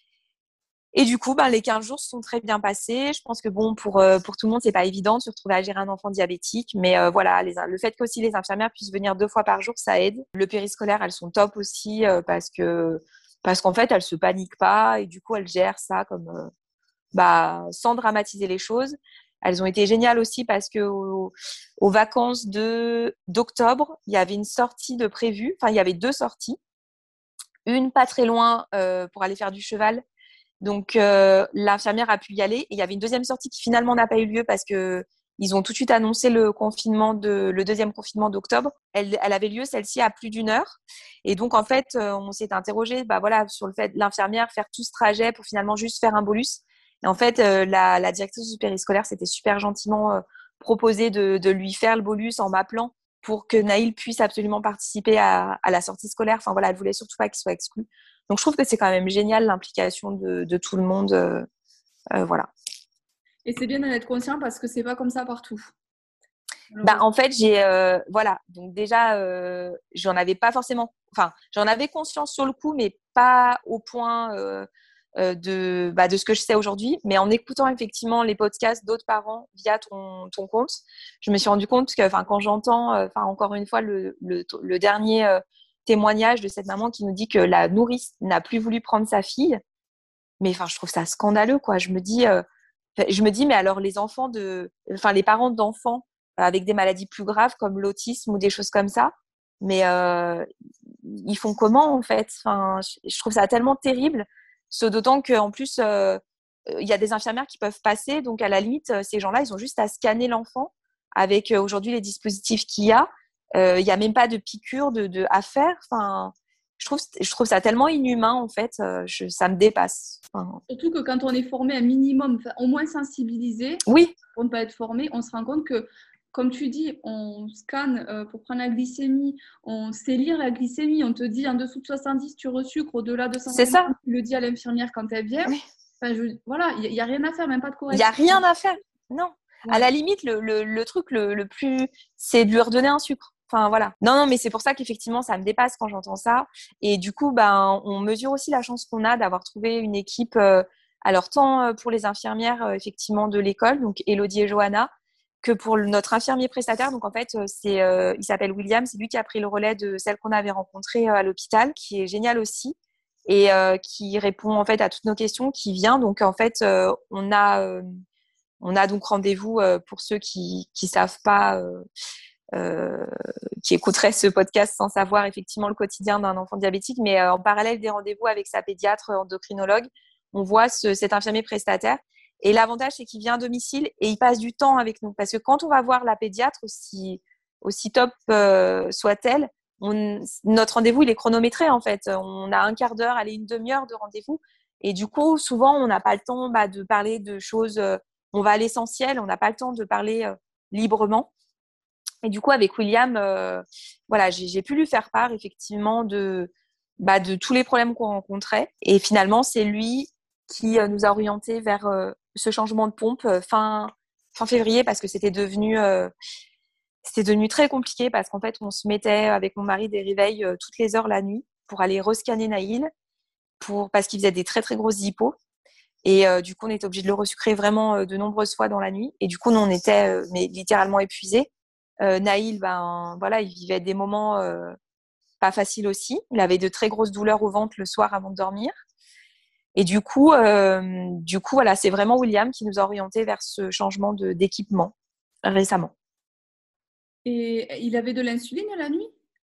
Et du coup, ben, les quinze jours se sont très bien passés. Je pense que bon, pour, euh, pour tout le monde, c'est pas évident de se retrouver à gérer un enfant diabétique. Mais euh, voilà, les, le fait qu'aussi les infirmières puissent venir deux fois par jour, ça aide. Le périscolaire, elles sont top aussi euh, parce que parce qu'en fait, elles se paniquent pas et du coup, elles gèrent ça comme euh, bah, sans dramatiser les choses. Elles ont été géniales aussi parce que au- aux vacances de d'octobre, il y avait une sortie de prévue. Enfin, il y avait deux sorties. Une pas très loin euh, pour aller faire du cheval. Donc, euh, l'infirmière a pu y aller. Et il y avait une deuxième sortie qui finalement n'a pas eu lieu parce que ils ont tout de suite annoncé le confinement de, le deuxième confinement d'octobre. Elle, elle avait lieu, celle-ci, à plus d'une heure. Et donc, en fait, euh, on s'est interrogé, bah voilà, sur le fait de l'infirmière faire tout ce trajet pour finalement juste faire un bolus. Et en fait, euh, la, la directrice du périscolaire s'était super gentiment euh, proposé de, de lui faire le bolus en m'appelant pour que Naïl puisse absolument participer à, à la sortie scolaire. Enfin voilà, elle voulait surtout pas qu'il soit exclu. Donc, je trouve que c'est quand même génial l'implication de, de tout le monde. Euh, euh, voilà. Et c'est bien d'en être conscient parce que c'est pas comme ça partout. Bah, en fait, j'ai. Euh, voilà. Donc, déjà, euh, j'en avais pas forcément. Enfin, j'en avais conscience sur le coup, mais pas au point euh, euh, de, bah, de ce que je sais aujourd'hui. Mais en écoutant effectivement les podcasts d'autres parents via ton, ton compte, je me suis rendu compte que quand j'entends, euh, encore une fois, le, le, le dernier euh, témoignage de cette maman qui nous dit que la nourrice n'a plus voulu prendre sa fille. Mais enfin, je trouve ça scandaleux, quoi. Je me dis, euh, je me dis, mais alors les enfants de, enfin les parents d'enfants avec des maladies plus graves comme l'autisme ou des choses comme ça, mais euh, ils font comment en fait? Enfin, je trouve ça tellement terrible. Ce d'autant qu'en plus, euh, il y a des infirmières qui peuvent passer, donc à la limite, ces gens-là, ils ont juste à scanner l'enfant avec euh, aujourd'hui les dispositifs qu'il y a. Euh, Il n'y a même pas de piqûre de, de à faire. Enfin, je trouve, je trouve ça tellement inhumain en fait. Euh, je, ça me dépasse. Enfin, Surtout que quand on est formé un minimum, enfin, au moins sensibilisé, oui, pour ne pas être formé, on se rend compte que, comme tu dis, on scanne euh, pour prendre la glycémie, on sait lire la glycémie, on te dit en dessous de soixante-dix, tu resucres, au-delà de c'est cent cinquante, ça. tu le dis à l'infirmière quand elle vient. Oui. Enfin, je, voilà, il n'y a, a rien à faire, même pas de Il n'y a correction. rien à faire. Non. À Ouais. la limite, le, le, le truc le, le plus, c'est de lui redonner un sucre. Enfin, voilà. Non, non, mais c'est pour ça qu'effectivement, ça me dépasse quand j'entends ça. Et du coup, ben, on mesure aussi la chance qu'on a d'avoir trouvé une équipe, euh, alors tant euh, pour les infirmières, euh, effectivement, de l'école, donc Elodie et Johanna, que pour le- notre infirmier prestataire. Donc, en fait, euh, c'est, euh, il s'appelle William. C'est lui qui a pris le relais de celle qu'on avait rencontrée euh, à l'hôpital, qui est génial aussi. Et euh, qui répond en fait à toutes nos questions, qui vient. Donc, en fait, euh, on a... euh, on a donc rendez-vous euh, pour ceux qui qui savent pas, euh, euh, qui écouteraient ce podcast sans savoir effectivement le quotidien d'un enfant diabétique, mais euh, en parallèle des rendez-vous avec sa pédiatre endocrinologue, on voit ce, cet infirmier prestataire. Et l'avantage, c'est qu'il vient à domicile et il passe du temps avec nous. Parce que quand on va voir la pédiatre, aussi, aussi top euh, soit-elle, on, notre rendez-vous, il est chronométré en fait. On a un quart d'heure, allez, une demi-heure de rendez-vous. Et du coup, souvent, on n'a pas le temps bah, de parler de choses... Euh, on va à l'essentiel, on n'a pas le temps de parler euh, librement. Et du coup, avec William, euh, voilà, j'ai, j'ai pu lui faire part effectivement de, bah, de tous les problèmes qu'on rencontrait. Et finalement, c'est lui qui euh, nous a orientés vers euh, ce changement de pompe euh, fin, fin février parce que c'était devenu, euh, C'était devenu très compliqué parce qu'en fait, on se mettait avec mon mari des réveils euh, toutes les heures la nuit pour aller rescanner Naïl pour, parce qu'il faisait des très, très grosses hippos. Et euh, du coup, on était obligé de le resucrer vraiment euh, de nombreuses fois dans la nuit. Et du coup, nous, on était euh, mais littéralement épuisés. Euh, Naïl, ben, voilà, il vivait des moments euh, pas faciles aussi. Il avait de très grosses douleurs au ventre le soir avant de dormir. Et du coup, euh, du coup, voilà, c'est vraiment William qui nous a orientés vers ce changement de, d'équipement récemment. Et il avait de l'insuline la nuit?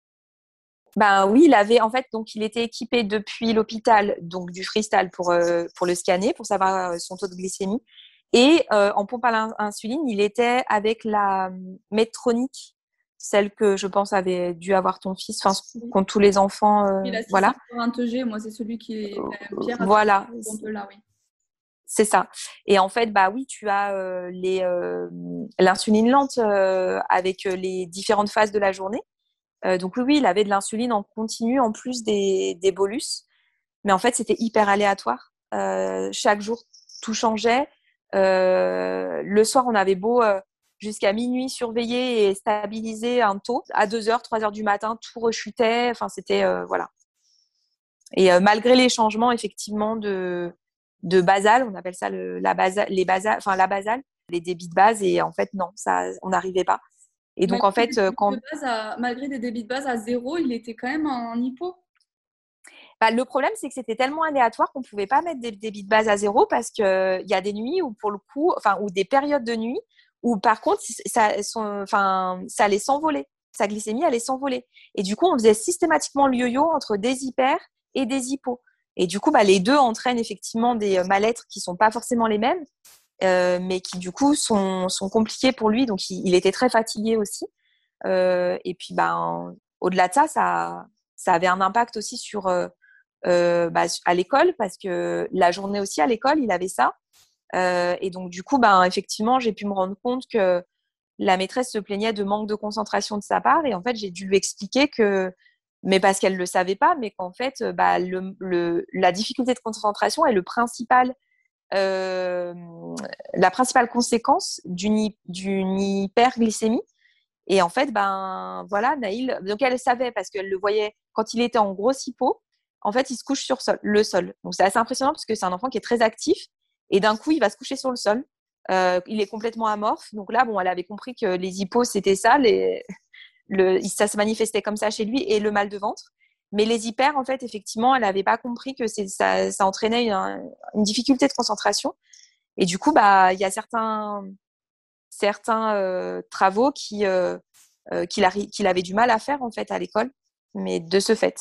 Ben oui, il avait en fait donc il était équipé depuis l'hôpital donc du Freestyle pour euh, pour le scanner pour savoir euh, son taux de glycémie et euh, en pompe à l'insuline, il était avec la euh, Medtronic, celle que je pense avait dû avoir ton fils, enfin Oui. quand tous les enfants euh, Il a voilà. six cent quarante G, moi c'est celui qui est enfin, Pierre a Voilà, un peu là, oui. c'est ça. Et en fait, bah oui, tu as euh, les euh, l'insuline lente euh, avec les différentes phases de la journée. Euh, donc oui, oui, il avait de l'insuline en continu en plus des, des bolus. Mais en fait, c'était hyper aléatoire. Euh, chaque jour, tout changeait. Euh, le soir, on avait beau euh, jusqu'à minuit surveiller et stabiliser un taux. À deux heures, trois heures du matin, tout rechutait. Enfin, c'était... euh, voilà. Et euh, malgré les changements, effectivement, de, de basal, on appelle ça le, la basal, les basal, enfin, la basale, les débits de base. Et en fait, non, ça, on n'arrivait pas. Et donc, Malgré en des fait, euh, débits quand... de base à, malgré des débits de base à zéro, il était quand même en hypo. Bah, le problème, c'est que c'était tellement aléatoire qu'on ne pouvait pas mettre des débits de base à zéro parce qu'il y a des nuits où, pour le coup, enfin, ou des périodes de nuit où, par contre, ça, son, enfin, ça allait s'envoler. Sa glycémie allait s'envoler. Et du coup, on faisait systématiquement le yo-yo entre des hyper et des hypos. Et du coup, bah, les deux entraînent effectivement des mal-être qui ne sont pas forcément les mêmes, euh, mais qui, du coup, sont, sont compliqués pour lui. Donc, il, il était très fatigué aussi. Euh, et puis, ben, au-delà de ça, ça, ça avait un impact aussi sur... Euh, euh, bah, à l'école parce que la journée aussi à l'école il avait ça euh, et donc du coup ben effectivement j'ai pu me rendre compte que la maîtresse se plaignait de manque de concentration de sa part et en fait j'ai dû lui expliquer que mais parce qu'elle le savait pas mais qu'en fait bah, le, le, la difficulté de concentration est le principal euh, la principale conséquence d'une, d'une hyperglycémie. Et en fait, ben voilà, Naïl, donc elle savait parce qu'elle le voyait quand il était en grosse hypo. En fait, il se couche sur sol, le sol. Donc c'est assez impressionnant parce que c'est un enfant qui est très actif et d'un coup, il va se coucher sur le sol. Euh, il est complètement amorphe. Donc là, bon, elle avait compris que les hypos c'était ça, les, le, ça se manifestait comme ça chez lui et le mal de ventre. Mais les hyper, en fait, effectivement, elle n'avait pas compris que c'est, ça, ça entraînait une, une difficulté de concentration. Et du coup, bah, il y a certains certains euh, travaux qui, euh, euh, qu'il, arri- qu'il avait du mal à faire en fait à l'école, mais de ce fait.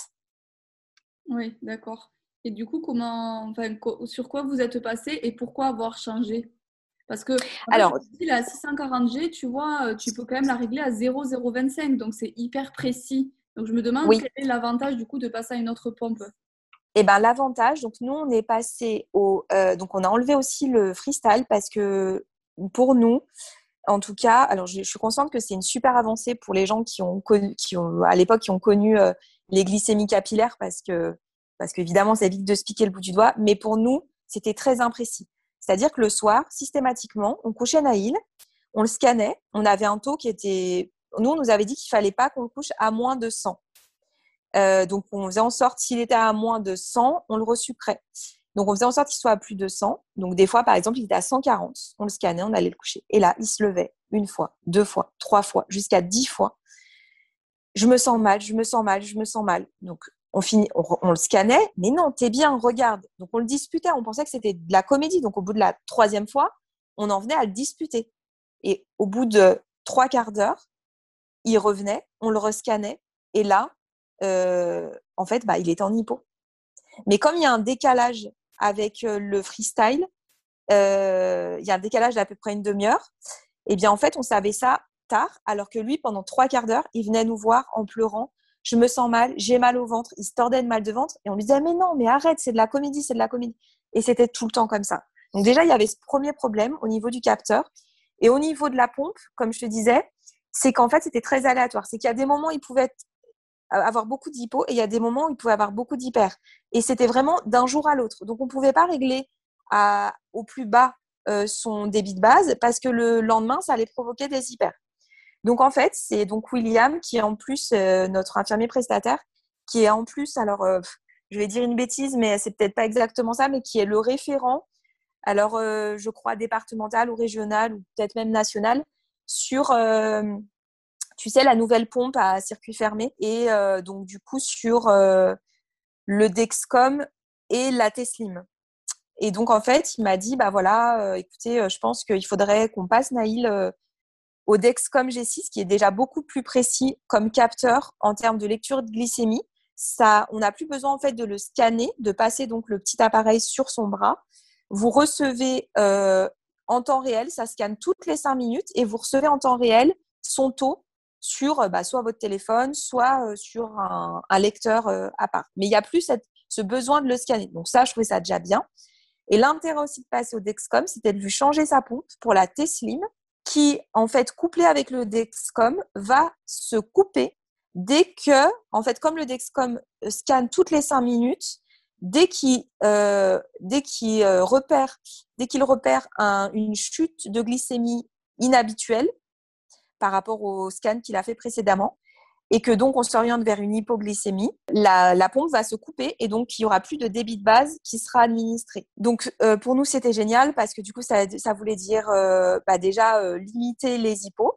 Oui, d'accord. Et du coup, comment, enfin, co- sur quoi vous êtes passé et pourquoi avoir changé? Parce que, en fait, je Alors, me dis, la six cent quarante G, tu vois, euh, tu peux quand même la régler à zéro virgule zéro vingt-cinq, donc c'est hyper précis. Donc, je me demande oui, quel est l'avantage du coup de passer à une autre pompe. et ben l'avantage, donc nous on est passé au, euh, donc on a enlevé aussi le freestyle parce que pour nous, en tout cas, alors je, je suis consciente que c'est une super avancée pour les gens qui ont connu, qui ont à l'époque qui ont connu euh, les glycémies capillaires parce que parce qu'évidemment ça évite de se piquer le bout du doigt, mais pour nous c'était très imprécis. C'est-à-dire que le soir, systématiquement, on couchait Naïl, on le scannait, on avait un taux qui était, nous on nous avait dit qu'il fallait pas qu'on le couche à moins de cent. Euh, donc, on faisait en sorte, s'il était à moins de cent, on le resucrait. Donc, on faisait en sorte qu'il soit à plus de cent. Donc, des fois, par exemple, il était à cent quarante. On le scannait, on allait le coucher. Et là, il se levait une fois, deux fois, trois fois, jusqu'à dix fois. Je me sens mal, je me sens mal, je me sens mal. Donc, on, finit, on, on le scannait, mais non, t'es bien, regarde. Donc, on le disputait, on pensait que c'était de la comédie. Donc, au bout de la troisième fois, on en venait à le disputer. Et au bout de trois quarts d'heure, il revenait, on le rescannait. Et là, euh, en fait, bah, il était en hypo. Mais comme il y a un décalage avec euh, le freestyle, euh, il y a un décalage d'à peu près une demi-heure, et bien en fait, on savait ça tard, alors que lui, pendant trois quarts d'heure, il venait nous voir en pleurant. Je me sens mal, j'ai mal au ventre. Il se tordait de mal de ventre et on lui disait mais non, mais arrête, c'est de la comédie, c'est de la comédie. Et c'était tout le temps comme ça. Donc déjà, il y avait ce premier problème au niveau du capteur. Et au niveau de la pompe, comme je te disais, c'est qu'en fait, c'était très aléatoire. C'est qu'il y a des moments, il pouvait être avoir beaucoup d'hypo et il y a des moments où il pouvait avoir beaucoup d'hyper. Et c'était vraiment d'un jour à l'autre. Donc, on ne pouvait pas régler à, au plus bas euh, son débit de base parce que le lendemain, ça allait provoquer des hyper. Donc, en fait, c'est donc William qui est en plus euh, notre infirmier prestataire, qui est en plus, alors, euh, je vais dire une bêtise, mais c'est peut-être pas exactement ça, mais qui est le référent, alors, euh, je crois, départemental ou régional, ou peut-être même national, sur, euh, tu sais, la nouvelle pompe à circuit fermé. Et euh, donc, du coup, sur euh, le Dexcom et la T-Slim. Et donc, en fait, il m'a dit, bah voilà, euh, écoutez, euh, je pense qu'il faudrait qu'on passe, Naïl, euh, au Dexcom G six, qui est déjà beaucoup plus précis comme capteur en termes de lecture de glycémie. Ça, on n'a plus besoin, en fait, de le scanner, de passer donc le petit appareil sur son bras. Vous recevez euh, en temps réel, ça scanne toutes les cinq minutes et vous recevez en temps réel son taux sur bah, soit votre téléphone, soit euh, sur un, un lecteur euh, à part. Mais il n'y a plus cette, ce besoin de le scanner. Donc ça, je trouvais ça déjà bien. Et l'intérêt aussi de passer au Dexcom, c'était de lui changer sa pompe pour la T-Slim, qui, en fait, couplée avec le Dexcom, va se couper dès que, en fait, comme le Dexcom scanne toutes les cinq minutes, dès qu'il, euh, dès qu'il euh, repère, dès qu'il repère un, une chute de glycémie inhabituelle par rapport au scan qu'il a fait précédemment, et que donc on s'oriente vers une hypoglycémie, la, la pompe va se couper et donc il n'y aura plus de débit de base qui sera administré. Donc euh, pour nous c'était génial parce que du coup ça, ça voulait dire euh, bah, déjà euh, limiter les hypos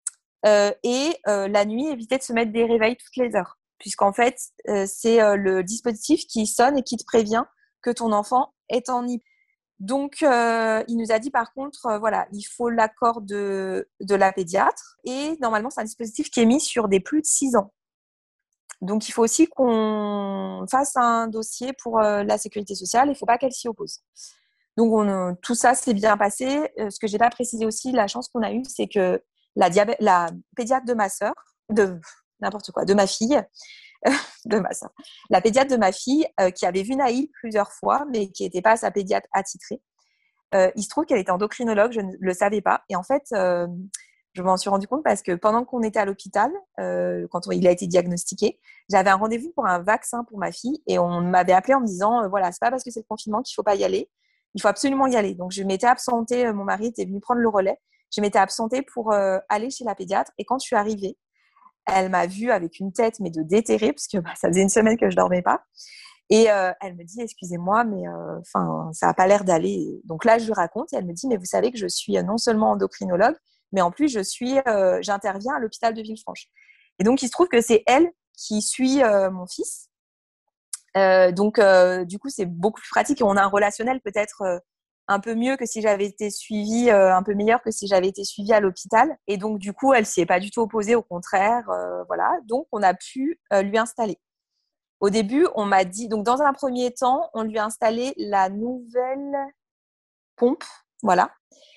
euh, et euh, la nuit éviter de se mettre des réveils toutes les heures, puisqu'en fait euh, c'est euh, le dispositif qui sonne et qui te prévient que ton enfant est en hypo. Donc, euh, il nous a dit par contre, euh, voilà, il faut l'accord de, de la pédiatre et normalement, c'est un dispositif qui est mis sur des plus de six ans. Donc, il faut aussi qu'on fasse un dossier pour euh, la sécurité sociale. Il ne faut pas qu'elle s'y oppose. Donc, on, euh, tout ça s'est bien passé. Euh, ce que je n'ai pas précisé aussi, la chance qu'on a eue, c'est que la, diabè- la pédiatre de ma sœur, de n'importe quoi, de ma fille, de ma soeur. La pédiatre de ma fille, euh, qui avait vu Naïl plusieurs fois, mais qui n'était pas sa pédiatre attitrée. Euh, il se trouve qu'elle était endocrinologue, je ne le savais pas. Et en fait, euh, je m'en suis rendu compte parce que pendant qu'on était à l'hôpital, euh, quand on, il a été diagnostiqué, j'avais un rendez-vous pour un vaccin pour ma fille et on m'avait appelé en me disant euh, voilà, c'est pas parce que c'est le confinement qu'il faut pas y aller, il faut absolument y aller. Donc je m'étais absentée, euh, mon mari était venu prendre le relais, je m'étais absentée pour euh, aller chez la pédiatre et quand je suis arrivée, elle m'a vue avec une tête, mais de déterrée, parce que bah, ça faisait une semaine que je dormais pas. Et euh, elle me dit, excusez-moi, mais enfin, euh, ça n'a pas l'air d'aller. Donc là, je lui raconte et elle me dit, mais vous savez que je suis non seulement endocrinologue, mais en plus, je suis, euh, j'interviens à l'hôpital de Villefranche. Et donc, il se trouve que c'est elle qui suit euh, mon fils. Euh, donc, euh, du coup, c'est beaucoup plus pratique et on a un relationnel peut-être euh, un peu mieux que si j'avais été suivie, euh, un peu meilleur que si j'avais été suivie à l'hôpital. Et donc, du coup, elle s'y est pas du tout opposée, au contraire. Euh, voilà. Donc, on a pu euh, lui installer. Au début, on m'a dit, donc dans un premier temps, on lui a installé la nouvelle pompe. Voilà.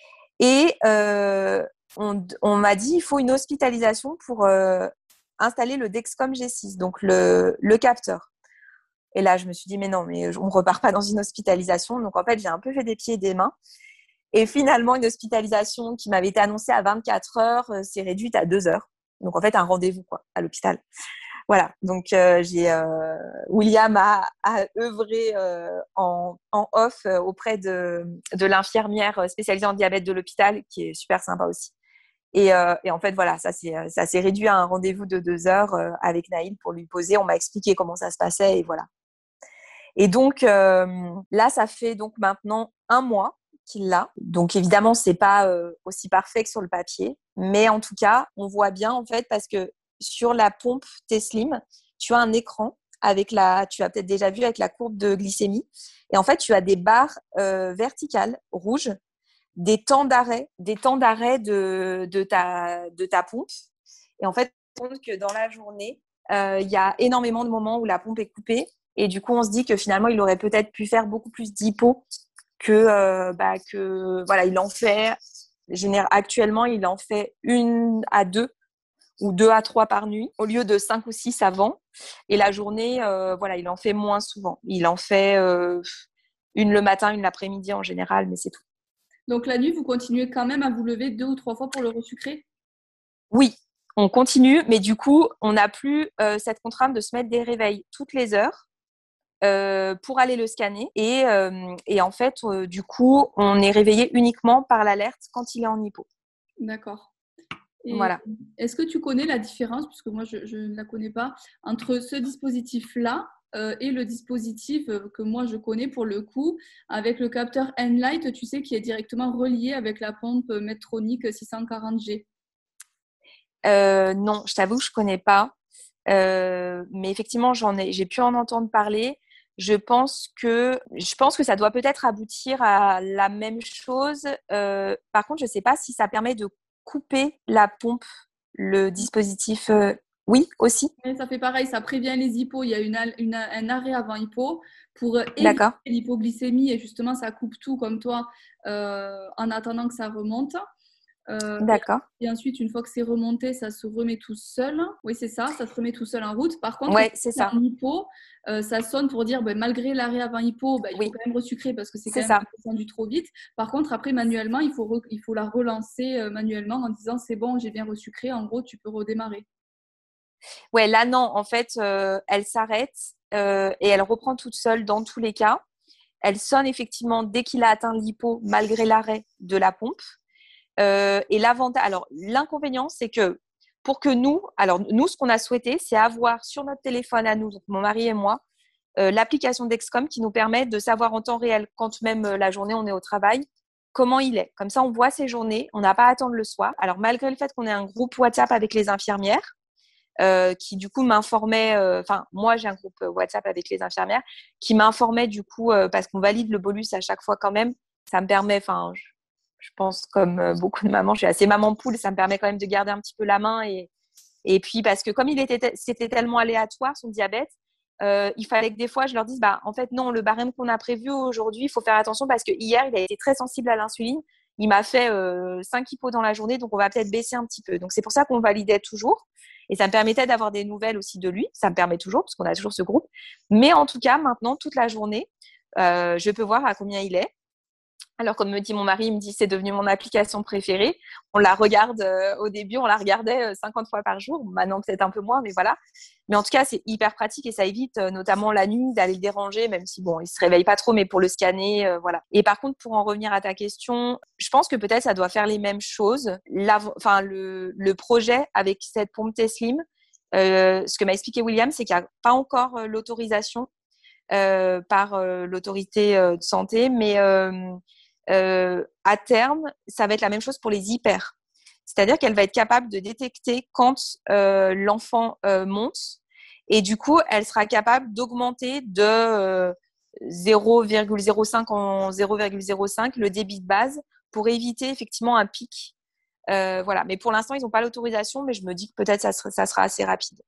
Et euh, on, on m'a dit, il faut une hospitalisation pour euh, installer le Dexcom G six, donc le, le capteur. Et là, je me suis dit, mais non, mais on ne repart pas dans une hospitalisation. Donc, en fait, j'ai un peu fait des pieds et des mains. Et finalement, une hospitalisation qui m'avait été annoncée à vingt-quatre heures euh, s'est réduite à deux heures. Donc, en fait, un rendez-vous quoi, à l'hôpital. Voilà. Donc, euh, j'ai, euh, William a, a œuvré euh, en, en off euh, auprès de, de l'infirmière spécialisée en diabète de l'hôpital, qui est super sympa aussi. Et, euh, et en fait, voilà, ça s'est, ça s'est réduit à un rendez-vous de deux heures euh, avec Naïl pour lui poser. On m'a expliqué comment ça se passait et voilà. Et donc, euh, là, ça fait donc maintenant un mois qu'il l'a. Donc, évidemment, c'est pas euh, aussi parfait que sur le papier. Mais en tout cas, on voit bien, en fait, parce que sur la pompe T-Slim, tu as un écran avec la, tu as peut-être déjà vu avec la courbe de glycémie. Et en fait, tu as des barres euh, verticales rouges, des temps d'arrêt, des temps d'arrêt de, de, ta, de ta pompe. Et en fait, on compte que dans la journée, euh, il y a énormément de moments où la pompe est coupée. Et du coup, on se dit que finalement, il aurait peut-être pu faire beaucoup plus d'hypo que, euh, bah, que, voilà, il en fait, général, actuellement, il en fait une à deux ou deux à trois par nuit au lieu de cinq ou six avant. Et la journée, euh, voilà, il en fait moins souvent. Il en fait euh, une le matin, une l'après-midi en général, mais c'est tout. Donc la nuit, vous continuez quand même à vous lever deux ou trois fois pour le resucrer? Oui, on continue, mais du coup, on n'a plus euh, cette contrainte de se mettre des réveils toutes les heures. Euh, pour aller le scanner et, euh, et en fait euh, du coup on est réveillé uniquement par l'alerte quand il est en hypo. D'accord. Et Voilà. est-ce que tu connais la différence, puisque moi je, je ne la connais pas, entre ce dispositif-là euh, et le dispositif euh, que moi je connais pour le coup, avec le capteur Enlight, tu sais, qui est directement relié avec la pompe Medtronic six cent quarante G? Euh, non, je t'avoue que je connais pas. Euh, mais effectivement, j'en ai, j'ai pu en entendre parler. Je pense que, je pense que ça doit peut-être aboutir à la même chose. Euh, par contre, je sais pas si ça permet de couper la pompe, le dispositif. Euh, Oui, aussi. Et ça fait pareil, ça prévient les hypos. Il y a une, al- une- un arrêt avant hypo pour éviter D'accord. l'hypoglycémie et justement ça coupe tout comme toi euh, en attendant que ça remonte. Euh, et, D'accord. et ensuite, une fois que c'est remonté, ça se remet tout seul. Oui, c'est ça, ça se remet tout seul en route. Par contre, Ouais, si c'est c'est ça. en hypo, euh, ça sonne pour dire ben, malgré l'arrêt avant hypo, ben, il faut Oui, quand même resucrer parce que c'est quand c'est même ça. descendu trop vite. Par contre, après, manuellement, il faut, re- il faut la relancer euh, manuellement en disant c'est bon, j'ai bien resucré. En gros, tu peux redémarrer. Ouais, là, non, en fait, euh, elle s'arrête euh, et elle reprend toute seule dans tous les cas. Elle sonne effectivement dès qu'il a atteint l'hypo, malgré l'arrêt de la pompe. Euh, et l'avantage, alors l'inconvénient, c'est que pour que nous, alors nous, ce qu'on a souhaité, c'est avoir sur notre téléphone à nous, donc mon mari et moi, euh, l'application Dexcom qui nous permet de savoir en temps réel, quand même euh, la journée on est au travail, comment il est. Comme ça, on voit ses journées, on n'a pas à attendre le soir. Alors malgré le fait qu'on ait un groupe WhatsApp avec les infirmières, euh, qui du coup m'informait, euh, enfin moi j'ai un groupe WhatsApp avec les infirmières qui m'informait du coup euh, parce qu'on valide le bolus à chaque fois quand même, ça me permet, enfin je, je pense comme euh, beaucoup de mamans, je suis assez maman poule, ça me permet quand même de garder un petit peu la main et et puis parce que comme il était c'était tellement aléatoire son diabète, euh, il fallait que des fois je leur dise bah en fait non, le barème qu'on a prévu aujourd'hui, il faut faire attention parce que hier il a été très sensible à l'insuline, il m'a fait euh, cinq hypos dans la journée, donc on va peut-être baisser un petit peu. Donc c'est pour ça qu'on validait toujours. Et ça me permettait d'avoir des nouvelles aussi de lui. Ça me permet toujours, parce qu'on a toujours ce groupe. Mais en tout cas, maintenant, toute la journée, euh, je peux voir à combien il est. Alors, comme me dit mon mari, il me dit c'est devenu mon application préférée. On la regarde, euh, au début, on la regardait euh, cinquante fois par jour. Maintenant, peut-être un peu moins, mais voilà. Mais en tout cas, c'est hyper pratique et ça évite, euh, notamment la nuit, d'aller le déranger, même si, bon, il se réveille pas trop, mais pour le scanner, euh, voilà. Et par contre, pour en revenir à ta question, je pense que peut-être ça doit faire les mêmes choses. La, enfin, le, le projet avec cette pompe Teslim, euh, ce que m'a expliqué William, c'est qu'il n'y a pas encore euh, l'autorisation euh, par euh, l'autorité euh, de santé, mais euh, euh, à terme, ça va être la même chose pour les hyper. C'est-à-dire qu'elle va être capable de détecter quand euh, l'enfant euh, monte et du coup, elle sera capable d'augmenter de euh, zéro virgule zéro cinq en zéro virgule zéro cinq le débit de base pour éviter effectivement un pic. Euh, voilà. Mais pour l'instant, ils n'ont pas l'autorisation, mais je me dis que peut-être ça sera, ça sera assez rapide.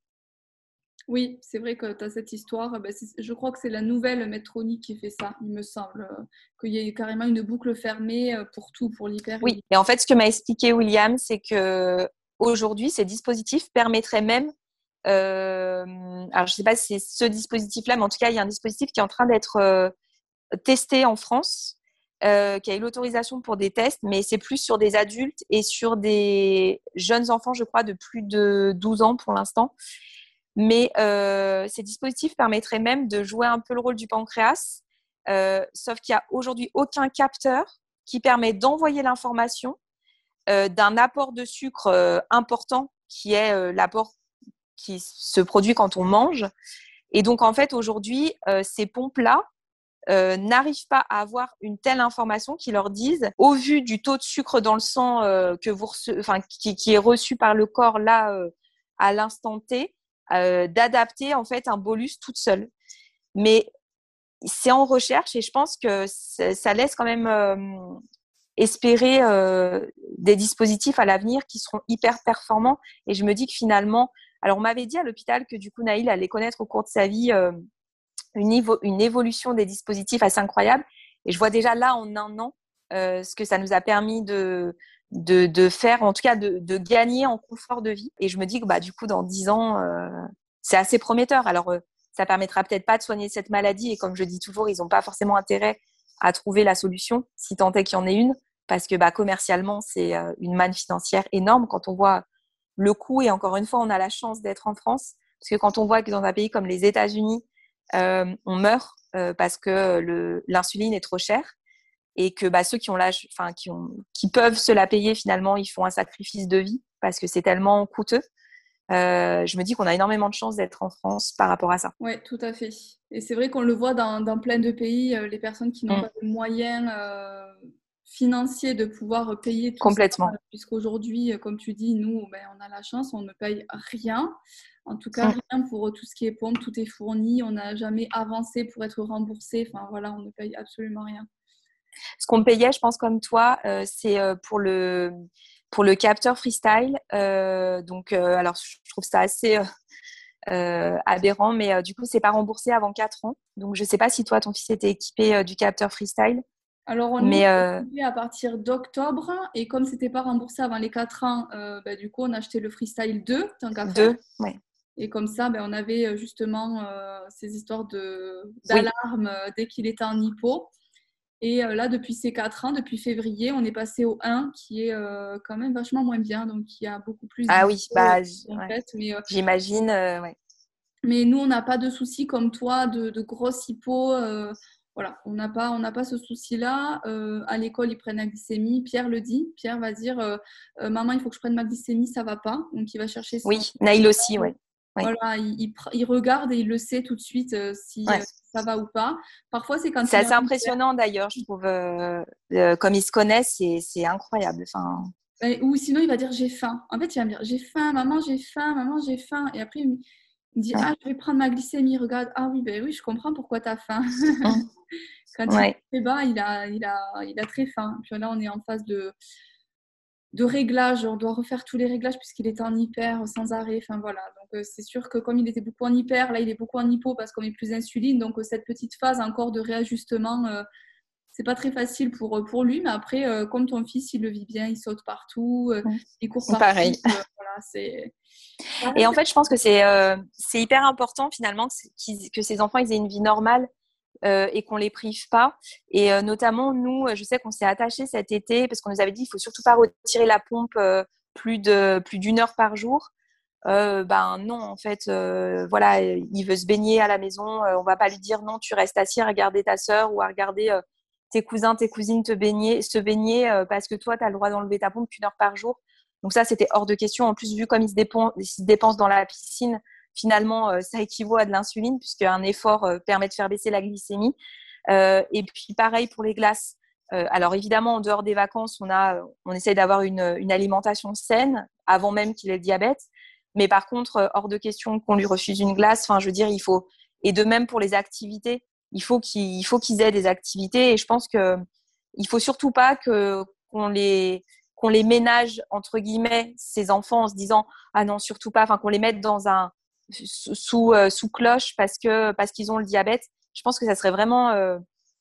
Oui, c'est vrai que tu as cette histoire. Ben, c'est- je crois que c'est la nouvelle Medtronic qui fait ça, il me semble. euh, Qu'il y ait carrément une boucle fermée euh, pour tout, pour l'hyper et Oui. l'hyper. Et en fait, ce que m'a expliqué William, c'est que aujourd'hui, ces dispositifs permettraient même Euh, alors, je ne sais pas si c'est ce dispositif-là, mais en tout cas, il y a un dispositif qui est en train d'être euh, testé en France, euh, qui a eu l'autorisation pour des tests, mais c'est plus sur des adultes et sur des jeunes enfants, je crois, de plus de douze ans pour l'instant. Mais euh, ces dispositifs permettraient même de jouer un peu le rôle du pancréas, euh, sauf qu'il n'y a aujourd'hui aucun capteur qui permet d'envoyer l'information euh, d'un apport de sucre euh, important, qui est euh, l'apport qui se produit quand on mange. Et donc, en fait, aujourd'hui, euh, ces pompes-là euh, n'arrivent pas à avoir une telle information qui leur dise, au vu du taux de sucre dans le sang euh, que vous rece... enfin, qui, qui est reçu par le corps là euh, à l'instant T, euh, d'adapter en fait un bolus toute seule. Mais c'est en recherche et je pense que ça laisse quand même euh, espérer euh, des dispositifs à l'avenir qui seront hyper performants. Et je me dis que finalement, alors on m'avait dit à l'hôpital que du coup Naïl allait connaître au cours de sa vie euh, une, évo- une évolution des dispositifs assez incroyable. Et je vois déjà là en un an euh, ce que ça nous a permis de, de, de faire, en tout cas de, de gagner en confort de vie. Et je me dis que bah, du coup dans dix ans, euh, c'est assez prometteur. Alors euh, ça permettra peut-être pas de soigner cette maladie. Et comme je dis toujours, ils n'ont pas forcément intérêt à trouver la solution, si tant est qu'il y en ait une, parce que bah, commercialement, c'est euh, une manne financière énorme quand on voit le coût. Et encore une fois, on a la chance d'être en France, parce que quand on voit que dans un pays comme les États-Unis, euh, on meurt euh, parce que le, l'insuline est trop chère et que bah, ceux qui ont l'âge, enfin qui ont, qui peuvent se la payer finalement, ils font un sacrifice de vie parce que c'est tellement coûteux. Euh, je me dis qu'on a énormément de chance d'être en France par rapport à ça. Oui, tout à fait. Et c'est vrai qu'on le voit dans, dans plein de pays, euh, les personnes qui n'ont Mm, pas de moyens euh, financiers de pouvoir payer tout ça, complètement. euh, puisqu'aujourd'hui, euh, comme tu dis, nous, ben, on a la chance, on ne paye rien. En tout cas, Mm. rien pour tout ce qui est pompe, tout est fourni, on n'a jamais avancé pour être remboursé. Enfin voilà, on ne paye absolument rien. Ce qu'on me payait, je pense comme toi, euh, c'est euh, pour le pour le capteur freestyle. Euh, donc, euh, alors je trouve ça assez euh, euh, aberrant, mais euh, du coup, c'est pas remboursé avant quatre ans. Donc, je sais pas si toi, ton fils était équipé euh, du capteur freestyle, Alors, nous, mais on est euh, équipé à partir d'octobre et comme c'était pas remboursé avant les quatre ans, euh, ben, du coup, on a acheté le Freestyle deux, tant qu'à faire. deux, ouais, Et comme ça, ben, on avait euh, justement euh, ces histoires de, oui. d'alarme euh, dès qu'il était en hypo. Et euh, là, depuis ces quatre ans, depuis février, on est passé au un qui est euh, quand même vachement moins bien, donc qui a beaucoup plus Ah oui, d'hypo euh, bah j- en ouais. fait. Mais, euh, J'imagine, euh, ouais. mais nous, on n'a pas de soucis comme toi de, de grosses hypos. Euh, voilà, on n'a pas, on n'a pas ce souci-là. Euh, à l'école, ils prennent la glycémie. Pierre le dit. Pierre va dire euh, euh, maman, il faut que je prenne ma glycémie, ça va pas. Donc, il va chercher son. Oui, Naïl aussi, ouais. Ouais. Voilà, il, il, il regarde et il le sait tout de suite euh, si Ouais. euh, ça va ou pas. Parfois, c'est quand C'est il est assez en hyper. impressionnant d'ailleurs, je trouve. Euh, euh, comme ils se connaissent, c'est, c'est incroyable. Enfin, Ou sinon, il va dire j'ai faim. En fait, il va me dire j'ai faim, maman, j'ai faim, maman, j'ai faim. Et après, il me dit ouais. ah, je vais prendre ma glycémie. Regarde, ah oui, ben oui, je comprends pourquoi tu as faim. Mm. Quand il est Ouais. très bas, il a, il a, il a très faim. Puis là, on est en phase de, de réglage. On doit refaire tous les réglages puisqu'il était en hyper sans arrêt. Enfin voilà. Donc euh, c'est sûr que comme il était beaucoup en hyper, là, il est beaucoup en hypo parce qu'on met plus d'insuline. Donc euh, cette petite phase encore de réajustement, euh, c'est pas très facile pour, euh, pour lui. Mais après, euh, comme ton fils, il le vit bien, il saute partout, euh, il court Mm. partout. Pareil. Euh, voilà, c'est. Ça Et en reste- fait, je pense que c'est euh, c'est hyper important finalement que, qu'ils- que ces enfants ils aient une vie normale euh, et qu'on les prive pas. Et euh, notamment nous, je sais qu'on s'est attachés cet été parce qu'on nous avait dit il faut surtout pas retirer la pompe euh, plus de plus d'une heure par jour. Euh, ben non, en fait, euh, voilà, il veut se baigner à la maison. Euh, on va pas lui dire non, tu restes assis à regarder ta sœur ou à regarder euh, tes cousins, tes cousines te baigner, se baigner euh, parce que toi, tu as le droit d'enlever ta pompe qu'une heure par jour. Donc ça, c'était hors de question. En plus, vu comme ils se dépensent, ils se dépensent dans la piscine, finalement, euh, ça équivaut à de l'insuline puisqu'un effort euh, permet de faire baisser la glycémie. Euh, et puis, pareil pour les glaces. Euh, alors évidemment, en dehors des vacances, on a, on essaye d'avoir une, une alimentation saine avant même qu'il ait le diabète. Mais par contre, hors de question qu'on lui refuse une glace. Enfin, je veux dire, il faut. Et de même pour les activités, il faut qu'ils, il faut qu'ils aient des activités. Et je pense que il faut surtout pas que qu'on les qu'on les ménage entre guillemets ces enfants en se disant ah non surtout pas. Enfin, qu'on les mette dans un sous euh, sous cloche parce que parce qu'ils ont le diabète. Je pense que ça serait vraiment euh,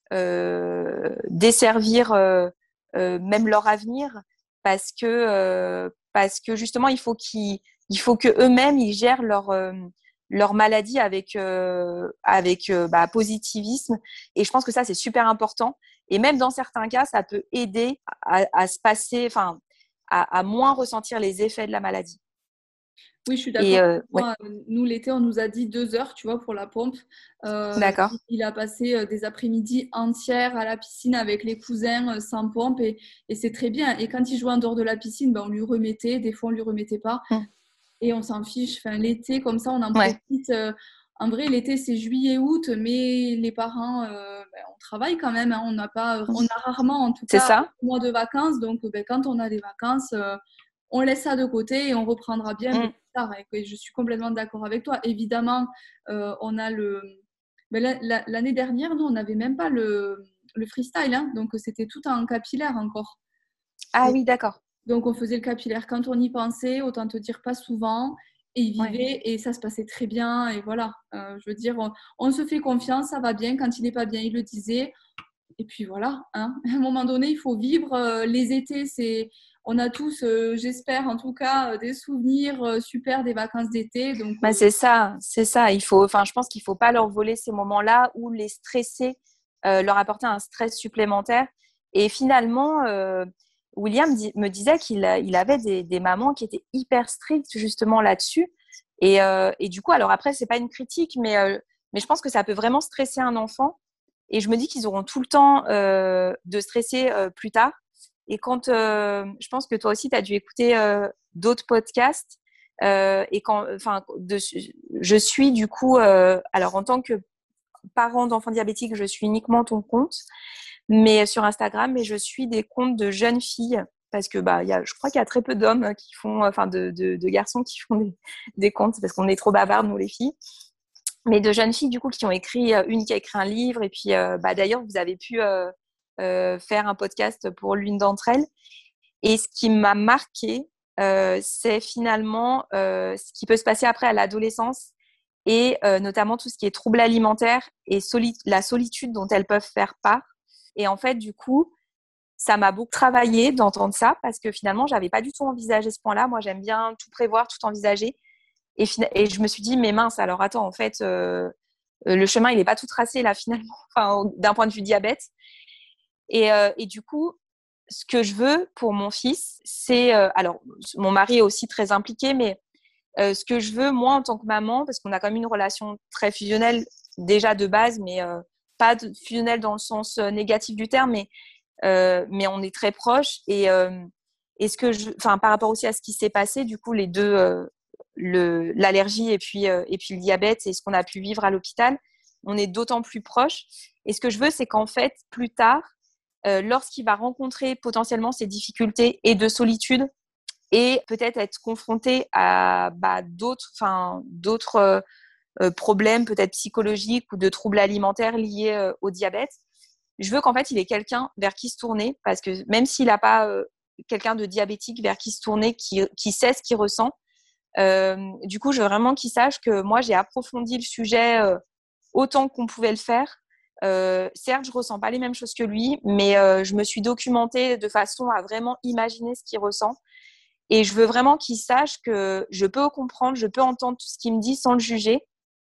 euh, desservir euh, euh, même leur avenir parce que euh, parce que justement il faut qu'ils il faut que eux-mêmes ils gèrent leur euh, leur maladie avec euh, avec euh, bah, positivisme et je pense que ça c'est super important et même dans certains cas ça peut aider à, à se passer enfin à, à moins ressentir les effets de la maladie Oui, je suis et d'accord euh, avec ouais toi. Nous, l'été, on nous a dit deux heures, tu vois, pour la pompe. Euh, d'accord il a passé euh, des après-midi entières à la piscine avec les cousins euh, sans pompe et, et c'est très bien. Et quand il jouait en dehors de la piscine, ben, on lui remettait. Des fois, on lui remettait pas. mmh. Et on s'en fiche. Enfin, l'été, comme ça, on en Ouais profite. Euh, en vrai, l'été, c'est juillet-août, mais les parents, euh, ben, on travaille quand même. Hein. On n'a pas, on a rarement, en tout c'est cas, un ça mois de vacances. Donc, ben, quand on a des vacances, euh, on laisse ça de côté et on reprendra bien ben, mmh. plus tard. Et je suis complètement d'accord avec toi. Évidemment, euh, on a le. Ben, la- la- l'année dernière, nous, on n'avait même pas le, le freestyle. Hein. Donc, c'était tout en capillaire encore. Ah oui d'accord Donc, on faisait le capillaire quand on y pensait, autant te dire pas souvent. Et il ouais vivait et ça se passait très bien. Et voilà, Euh, je veux dire, on, on se fait confiance, ça va bien. Quand il n'est pas bien, il le disait. Et puis voilà, hein. À un moment donné, il faut vivre. Euh, les étés, c'est, on a tous, euh, j'espère en tout cas, euh, des souvenirs euh, super des vacances d'été. Donc, bah, euh, c'est ça, c'est ça. Il faut, enfin, je pense qu'il faut pas leur voler ces moments-là ou les stresser, euh, leur apporter un stress supplémentaire. Et finalement, euh, William di- me disait qu'il a- il avait des, des mamans qui étaient hyper strictes justement là-dessus. Et, euh, et du coup, alors après, c'est pas une critique, mais, euh, mais je pense que ça peut vraiment stresser un enfant. Et je me dis qu'ils auront tout le temps euh, de stresser euh, plus tard. Et quand, euh, je pense que toi aussi, tu as dû écouter euh, d'autres podcasts. Euh, et quand, enfin, de, je suis du coup, euh, alors en tant que parent d'enfants diabétiques, je suis uniquement ton compte, mais sur Instagram, mais je suis des comptes de jeunes filles parce que bah, y a, je crois qu'il y a très peu d'hommes qui font, enfin, de, de, de garçons qui font des, des comptes parce qu'on est trop bavardes nous les filles. Mais de jeunes filles du coup qui ont écrit, une qui a écrit un livre et puis euh, bah, d'ailleurs vous avez pu euh, euh, faire un podcast pour l'une d'entre elles. Et ce qui m'a marqué, euh, c'est finalement euh, ce qui peut se passer après à l'adolescence et euh, notamment tout ce qui est troubles alimentaires et soli- la solitude dont elles peuvent faire part. Et en fait, du coup, ça m'a beaucoup travaillé d'entendre ça parce que finalement, j'avais pas du tout envisagé ce point-là. Moi, j'aime bien tout prévoir, tout envisager. Et, fina- et je me suis dit, mais mince, alors attends, en fait, euh, le chemin, il n'est pas tout tracé là, finalement, enfin, d'un point de vue diabète. Et, euh, et du coup, ce que je veux pour mon fils, c'est… Euh, alors, mon mari est aussi très impliqué, mais euh, ce que je veux, moi, en tant que maman, parce qu'on a quand même une relation très fusionnelle déjà de base, mais euh, pas de, fusionnelle dans le sens euh, négatif du terme, mais, euh, mais on est très proches. Et, euh, et ce que je… Enfin, par rapport aussi à ce qui s'est passé, du coup, les deux… Euh, le, l'allergie et puis, euh, et puis le diabète et ce qu'on a pu vivre à l'hôpital, on est d'autant plus proches. Et ce que je veux, c'est qu'en fait, plus tard, euh, lorsqu'il va rencontrer potentiellement ces difficultés et de solitude et peut-être être confronté à bah, d'autres, enfin, d'autres euh, problèmes peut-être psychologiques ou de troubles alimentaires liés euh, au diabète, je veux qu'en fait, il ait quelqu'un vers qui se tourner parce que même s'il n'a pas euh, quelqu'un de diabétique vers qui se tourner, qui, qui sait ce qu'il ressent, euh, du coup, je veux vraiment qu'il sache que moi, j'ai approfondi le sujet euh, autant qu'on pouvait le faire. Euh, certes, je ressens pas les mêmes choses que lui, mais euh, je me suis documentée de façon à vraiment imaginer ce qu'il ressent. Et je veux vraiment qu'il sache que je peux comprendre, je peux entendre tout ce qu'il me dit sans le juger.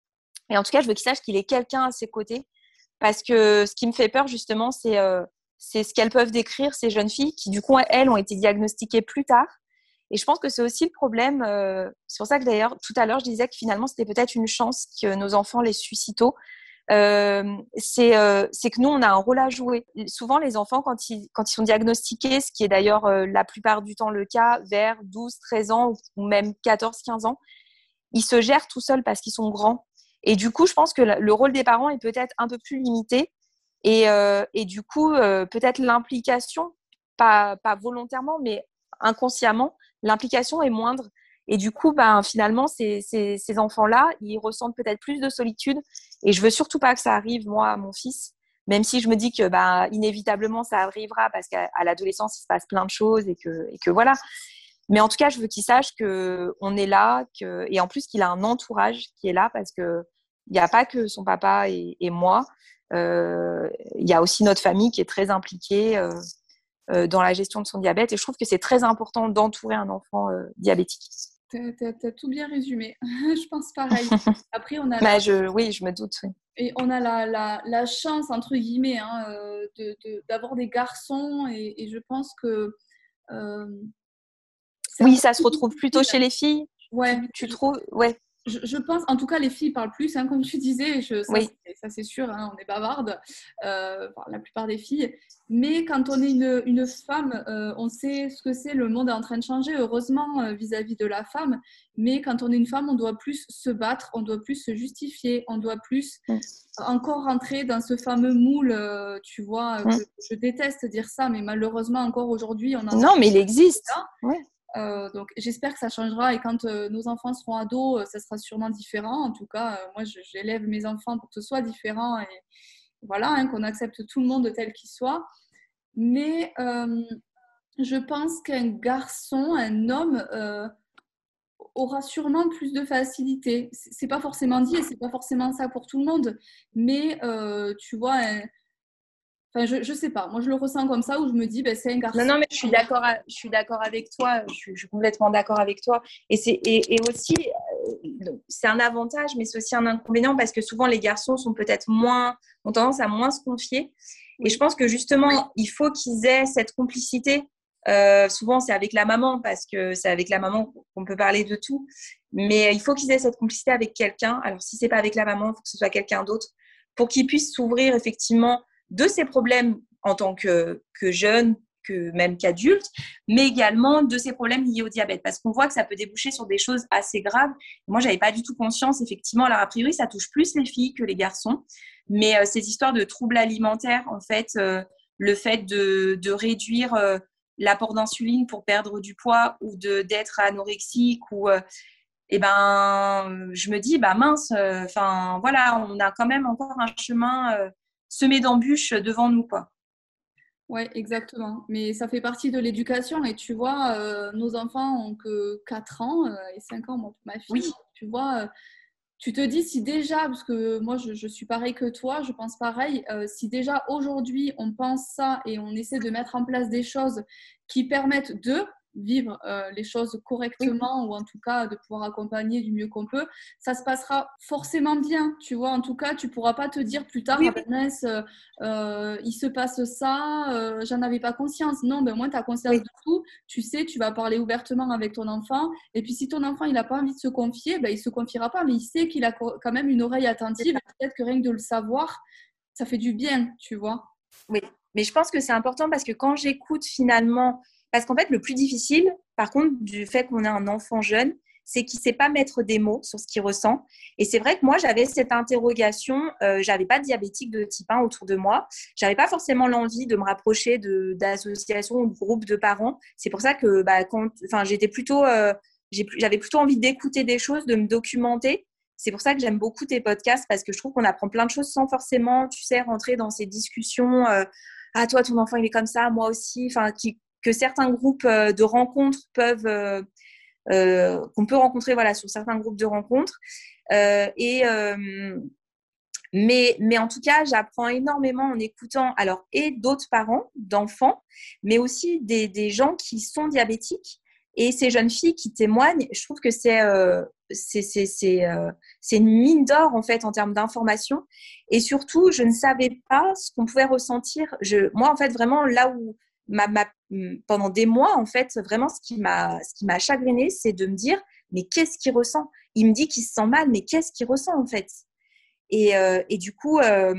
Et en tout cas, je veux qu'il sache qu'il est quelqu'un à ses côtés. Parce que ce qui me fait peur, justement, c'est, euh, c'est ce qu'elles peuvent décrire, ces jeunes filles, qui, du coup, elles, ont été diagnostiquées plus tard. Et je pense que c'est aussi le problème. Euh, c'est pour ça que, d'ailleurs, tout à l'heure, je disais que finalement, c'était peut-être une chance que nos enfants les suscitent tôt. Euh, c'est, euh, c'est que nous, on a un rôle à jouer. Souvent, les enfants, quand ils, quand ils sont diagnostiqués, ce qui est d'ailleurs euh, la plupart du temps le cas, vers douze, treize ans ou même quatorze, quinze ans, ils se gèrent tout seuls parce qu'ils sont grands. Et du coup, je pense que le rôle des parents est peut-être un peu plus limité. Et, euh, et du coup, euh, peut-être l'implication, pas, pas volontairement, mais inconsciemment, l'implication est moindre. Et du coup, ben, finalement, ces, ces, ces enfants-là, ils ressentent peut-être plus de solitude. Et je veux surtout pas que ça arrive, moi, à mon fils, même si je me dis que ben, inévitablement, ça arrivera parce qu'à à l'adolescence, il se passe plein de choses et que, et que voilà. Mais en tout cas, je veux qu'il sache qu'on est là que… et en plus qu'il a un entourage qui est là parce qu'il n'y a pas que son papa et, et moi. Euh, il y a aussi notre famille qui est très impliquée euh, euh, dans la gestion de son diabète. Et je trouve que c'est très important d'entourer un enfant euh, diabétique. T'as, t'as, t'as tout bien résumé. Je pense pareil. Après, on a bah, la… je, oui, je me doute. Oui. Et on a la, la, la chance, entre guillemets, hein, euh, de, de, d'avoir des garçons. Et, et je pense que euh, c'est Oui, encore ça se plus retrouve plutôt difficile. chez les filles. Ouais, Tu, tu je, trouves… Ouais, je, je pense, en tout cas, les filles parlent plus, hein, comme tu disais, je, ça, oui. c'est, ça c'est sûr, hein, on est bavardes, euh, enfin, la plupart des filles. Mais quand on est une, une femme, euh, on sait ce que c'est, le monde est en train de changer, heureusement, euh, vis-à-vis de la femme. Mais quand on est une femme, on doit plus se battre, on doit plus se justifier, on doit plus Mm. encore rentrer dans ce fameux moule, euh, tu vois, Mm. que je déteste dire ça, mais malheureusement, encore aujourd'hui, on en est Non, mais il existe. là. Ouais. Euh, donc j'espère que ça changera et quand euh, nos enfants seront ados, euh, ça sera sûrement différent. En tout cas, euh, moi je, j'élève mes enfants pour que ce soit différent et voilà, hein, qu'on accepte tout le monde tel qu'il soit. Mais euh, je pense qu'un garçon, un homme euh, aura sûrement plus de facilité. C'est c'est pas forcément dit et c'est pas forcément ça pour tout le monde, mais euh, tu vois, un… enfin je, je sais pas, moi je le ressens comme ça où je me dis ben, c'est un Non, garçon. non, mais je suis d'accord, à- je suis d'accord avec toi. Je suis, je suis complètement d'accord avec toi. Et c'est et, et aussi, euh, c'est un avantage, mais c'est aussi un inconvénient parce que souvent les garçons sont peut-être moins, ont tendance à moins se confier. Et Oui. je pense que justement, il faut qu'ils aient cette complicité. Euh, souvent, c'est avec la maman parce que c'est avec la maman qu'on peut parler de tout. Mais il faut qu'ils aient cette complicité avec quelqu'un. Alors, si c'est pas avec la maman, il faut que ce soit quelqu'un d'autre pour qu'ils puissent s'ouvrir effectivement de ses problèmes en tant que, que jeune que même qu'adulte, mais également de ces problèmes liés au diabète, parce qu'on voit que ça peut déboucher sur des choses assez graves. Moi, j'avais pas du tout conscience, effectivement. Alors, a priori, ça touche plus les filles que les garçons, mais euh, ces histoires de troubles alimentaires, en fait, euh, le fait de, de réduire euh, l'apport d'insuline pour perdre du poids ou de, d'être anorexique ou... Euh, eh ben, je me dis, bah mince, enfin, euh, voilà, on a quand même encore un chemin euh, semé d'embûches devant nous, quoi. Ouais, exactement. Mais ça fait partie de l'éducation. Et tu vois, euh, nos enfants ont que quatre ans euh, et cinq ans, moi, ma fille. Oui. Tu vois, euh, tu te dis si déjà, parce que moi, je, je suis pareil que toi, je pense pareil, euh, si déjà aujourd'hui, on pense ça et on essaie de mettre en place des choses qui permettent de vivre euh, les choses correctement, oui, ou en tout cas de pouvoir accompagner du mieux qu'on peut, ça se passera forcément bien, tu vois. En tout cas, tu pourras pas te dire plus tard, oui, ah ben mince, euh, euh, il se passe ça, euh, j'en avais pas conscience. Non, ben au moins tu as conscience, oui, de tout, tu sais, tu vas parler ouvertement avec ton enfant, et puis si ton enfant il a pas envie de se confier, ben il se confiera pas, mais il sait qu'il a quand même une oreille attentive, et peut-être que rien que de le savoir, ça fait du bien, tu vois. Oui, mais je pense que c'est important parce que quand j'écoute finalement, parce qu'en fait, le plus difficile, par contre, du fait qu'on a un enfant jeune, c'est qu'il ne sait pas mettre des mots sur ce qu'il ressent. Et c'est vrai que moi, j'avais cette interrogation. Euh, je n'avais pas de diabétique de type un autour de moi. Je n'avais pas forcément l'envie de me rapprocher de, d'associations ou de groupes de parents. C'est pour ça que bah, quand, j'étais plutôt, euh, j'ai, j'avais plutôt envie d'écouter des choses, de me documenter. C'est pour ça que j'aime beaucoup tes podcasts parce que je trouve qu'on apprend plein de choses sans forcément, tu sais, rentrer dans ces discussions. Euh, ah, toi, ton enfant, il est comme ça, moi aussi. Enfin, qui que certains groupes de rencontres peuvent, euh, euh, qu'on peut rencontrer, voilà, sur certains groupes de rencontres. Euh, et, euh, mais, mais en tout cas, j'apprends énormément en écoutant, alors, et d'autres parents d'enfants, mais aussi des, des gens qui sont diabétiques et ces jeunes filles qui témoignent. Je trouve que c'est, euh, c'est, c'est, c'est, euh, c'est une mine d'or, en fait, en termes d'information. Et surtout, je ne savais pas ce qu'on pouvait ressentir. Je, moi, en fait, vraiment, là où Ma, ma, pendant des mois, en fait, vraiment, ce qui m'a, ce qui m'a chagrinée, c'est de me dire, mais qu'est-ce qu'il ressent ? Il me dit qu'il se sent mal, mais qu'est-ce qu'il ressent, en fait ? Et, euh, et du coup, euh,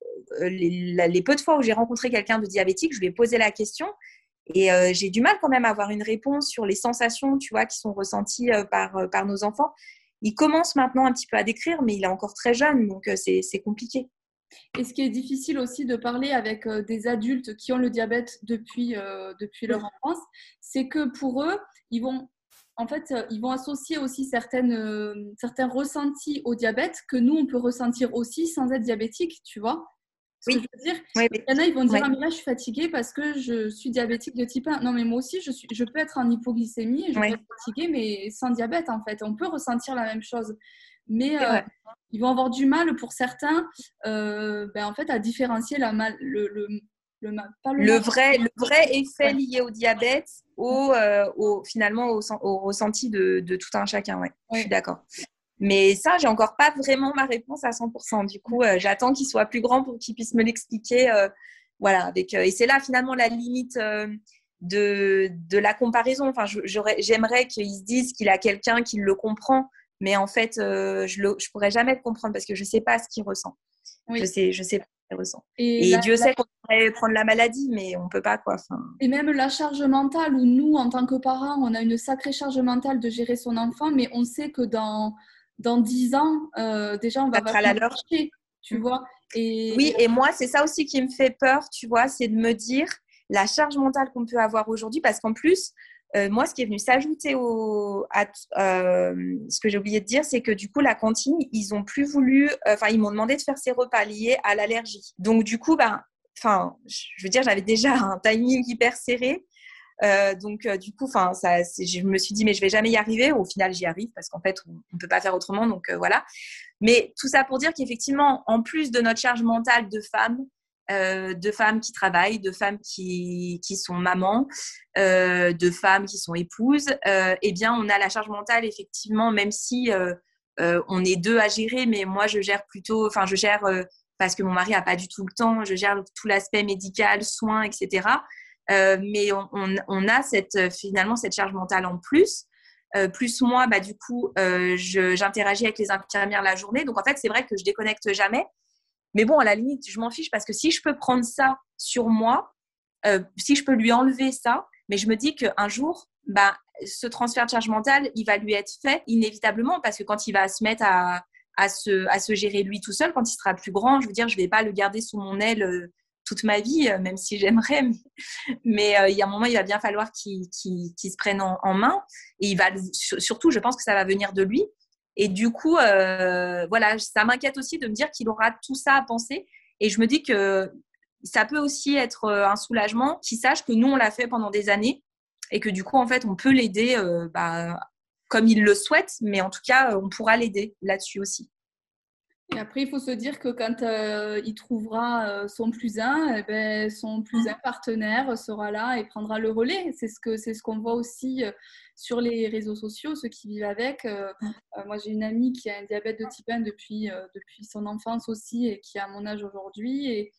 les, les peu de fois où j'ai rencontré quelqu'un de diabétique, je lui ai posé la question et euh, j'ai du mal quand même à avoir une réponse sur les sensations, tu vois, qui sont ressenties euh, par, euh, par nos enfants. Il commence maintenant un petit peu à décrire, mais il est encore très jeune, donc euh, c'est, c'est compliqué. Et ce qui est difficile aussi de parler avec euh, des adultes qui ont le diabète depuis, euh, depuis leur enfance, c'est que pour eux, ils vont, en fait, euh, ils vont associer aussi certaines, euh, certains ressentis au diabète que nous, on peut ressentir aussi sans être diabétique, tu vois. Ce oui. que je veux dire, oui, il y en a, ils vont dire, oui. ah, mais là, je suis fatiguée parce que je suis diabétique de type un. Non, mais moi aussi, je, suis, je peux être en hypoglycémie et je oui. peux être fatiguée, mais sans diabète, en fait. On peut ressentir la même chose. Mais euh, ouais. ils vont avoir du mal, pour certains, euh, ben, en fait, à différencier la mal, le, le, le, pas le, le, mal, vrai, le vrai effet ouais. lié au diabète, au, euh, au, finalement au, au ressenti de, de tout un chacun. Ouais, ouais. Je suis d'accord. Mais ça, j'ai encore pas vraiment ma réponse à cent pour cent. Du coup, euh, j'attends qu'il soit plus grand pour qu'il puisse me l'expliquer. Euh, voilà, avec, euh, et c'est là finalement la limite euh, de, de la comparaison. Enfin, j'aimerais qu'il se dise qu'il a quelqu'un qui le comprend. Mais en fait, euh, je ne pourrais jamais le comprendre parce que je ne sais pas ce qu'il ressent. Oui. Je sais, je sais pas ce qu'il ressent. Et, et la, Dieu la... sait qu'on pourrait prendre la maladie, mais on ne peut pas, quoi. Enfin... Et même la charge mentale, où nous, en tant que parents, on a une sacrée charge mentale de gérer son enfant, mais on sait que dans, dans dix ans, euh, déjà, on va pas la leur. Marcher, tu mmh. vois. Et, oui, et moi, c'est ça aussi qui me fait peur, tu vois, c'est de me dire la charge mentale qu'on peut avoir aujourd'hui, parce qu'en plus, Euh, moi, ce qui est venu s'ajouter au, à euh, ce que j'ai oublié de dire, c'est que du coup, la cantine, ils ont plus voulu, enfin, euh, ils m'ont demandé de faire ces repas liés à l'allergie. Donc, du coup, ben, enfin, je veux dire, j'avais déjà un timing hyper serré. Euh, donc, euh, du coup, enfin, ça, je me suis dit, mais je vais jamais y arriver. Au final, j'y arrive parce qu'en fait, on ne peut pas faire autrement. Donc, euh, voilà. Mais tout ça pour dire qu'effectivement, en plus de notre charge mentale de femmes, Euh, de femmes qui travaillent, de femmes qui, qui sont mamans, euh, de femmes qui sont épouses, euh, eh bien, on a la charge mentale, effectivement, même si euh, euh, on est deux à gérer, mais moi, je gère plutôt, enfin, je gère, euh, parce que mon mari n'a pas du tout le temps, je gère tout l'aspect médical, soins, et cetera. Euh, mais on, on, on a cette, finalement cette charge mentale en plus. Euh, plus moi, bah, du coup, euh, je, j'interagis avec les infirmières la journée. Donc, en fait, c'est vrai que je déconnecte jamais. Mais bon, à la limite, je m'en fiche parce que si je peux prendre ça sur moi, euh, si je peux lui enlever ça, mais je me dis qu'un jour, bah, ce transfert de charge mentale, il va lui être fait inévitablement parce que quand il va se mettre à, à, se, à se gérer lui tout seul, quand il sera plus grand, je veux dire, je ne vais pas le garder sous mon aile euh, toute ma vie, euh, même si j'aimerais. Mais, mais euh, il y a un moment, il va bien falloir qu'il, qu'il, qu'il se prenne en, en main. Et il va, surtout, je pense que ça va venir de lui. Et du coup, euh, voilà, ça m'inquiète aussi de me dire qu'il aura tout ça à penser. Et je me dis que ça peut aussi être un soulagement qu'il sache que nous, on l'a fait pendant des années et que du coup, en fait, on peut l'aider euh, bah, comme il le souhaite, mais en tout cas, on pourra l'aider là-dessus aussi. Et après, il faut se dire que quand euh, il trouvera euh, son plus un, eh ben, son plus un partenaire sera là et prendra le relais. C'est ce, que, c'est ce qu'on voit aussi euh, sur les réseaux sociaux, ceux qui vivent avec. Euh, euh, moi, j'ai une amie qui a un diabète de type un depuis, euh, depuis son enfance aussi et qui a mon âge aujourd'hui. Et,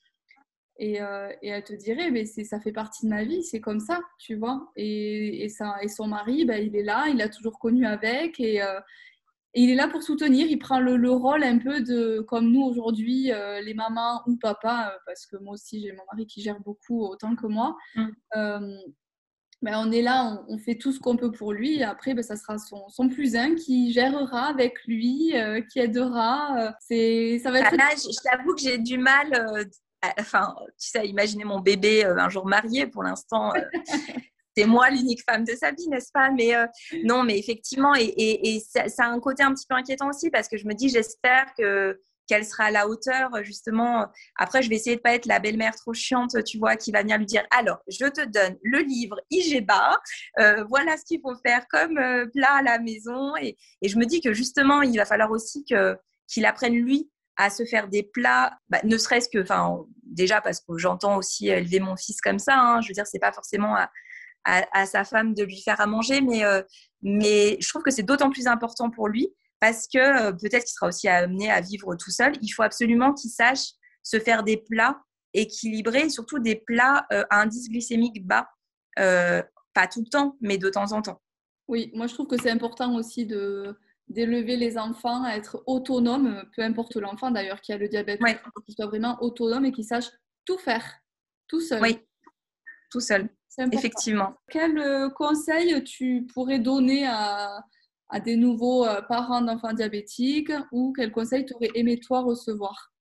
et, euh, et elle te dirait, mais c'est, ça fait partie de ma vie, c'est comme ça, tu vois. Et, et, ça, et son mari, ben, il est là, il l'a toujours connu avec. Et... Euh, Et il est là pour soutenir, il prend le, le rôle un peu de, comme nous aujourd'hui, euh, les mamans ou papas, euh, parce que moi aussi j'ai mon mari qui gère beaucoup autant que moi. Mm. Euh, ben on est là, on, on fait tout ce qu'on peut pour lui. Et après, ben, ça sera son, son plus un qui gérera avec lui, euh, qui aidera. Euh, c'est, ça va être... Ah, là, je, je t'avoue que j'ai du mal, euh, à, enfin, tu sais, imaginer mon bébé euh, un jour marié. Pour l'instant, euh, c'est moi l'unique femme de sa vie, n'est-ce pas? Mais euh, non, mais effectivement, et, et, et ça, ça a un côté un petit peu inquiétant aussi parce que je me dis, j'espère que qu'elle sera à la hauteur, justement. Après, je vais essayer de pas être la belle-mère trop chiante, tu vois, qui va venir lui dire, alors, je te donne le livre I G B A, euh, voilà ce qu'il faut faire comme euh, plat à la maison. Et, et je me dis que justement, il va falloir aussi que, qu'il apprenne, lui, à se faire des plats, bah, ne serait-ce que, enfin, déjà parce que j'entends aussi élever mon fils comme ça, hein, je veux dire, c'est pas forcément à, à, à sa femme de lui faire à manger, mais, euh, mais je trouve que c'est d'autant plus important pour lui parce que euh, peut-être qu'il sera aussi amené à vivre tout seul. Il faut absolument qu'il sache se faire des plats équilibrés et surtout des plats euh, à indice glycémique bas, euh, pas tout le temps, mais de temps en temps. Oui, moi je trouve que c'est important aussi de, d'élever les enfants à être autonomes, peu importe l'enfant d'ailleurs qui a le diabète, Ouais. qu'il soit vraiment autonome et qu'il sache tout faire, tout seul. Oui, tout seul, C'est important. effectivement. Quel euh, conseil tu pourrais donner à, à des nouveaux euh, parents d'enfants diabétiques ou quel conseil tu aurais aimé toi recevoir?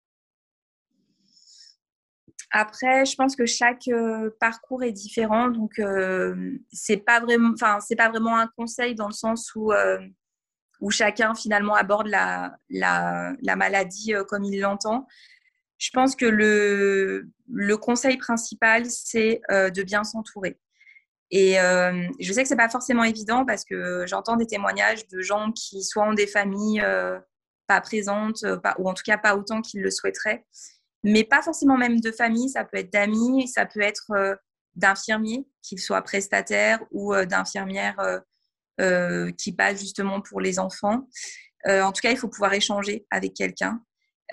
Après, je pense que chaque euh, parcours est différent, donc euh, c'est pas vraiment, enfin c'est pas vraiment un conseil dans le sens où euh, où chacun finalement aborde la la, la maladie euh, comme il l'entend. Je pense que le le conseil principal c'est euh, de bien s'entourer. Et euh, je sais que c'est pas forcément évident parce que j'entends des témoignages de gens qui soit ont des familles euh, pas présentes, pas, ou en tout cas pas autant qu'ils le souhaiteraient, mais pas forcément même de famille, ça peut être d'amis, ça peut être euh, d'infirmiers, qu'ils soient prestataires ou euh, d'infirmières euh, euh, qui passent justement pour les enfants. Euh, en tout cas, il faut pouvoir échanger avec quelqu'un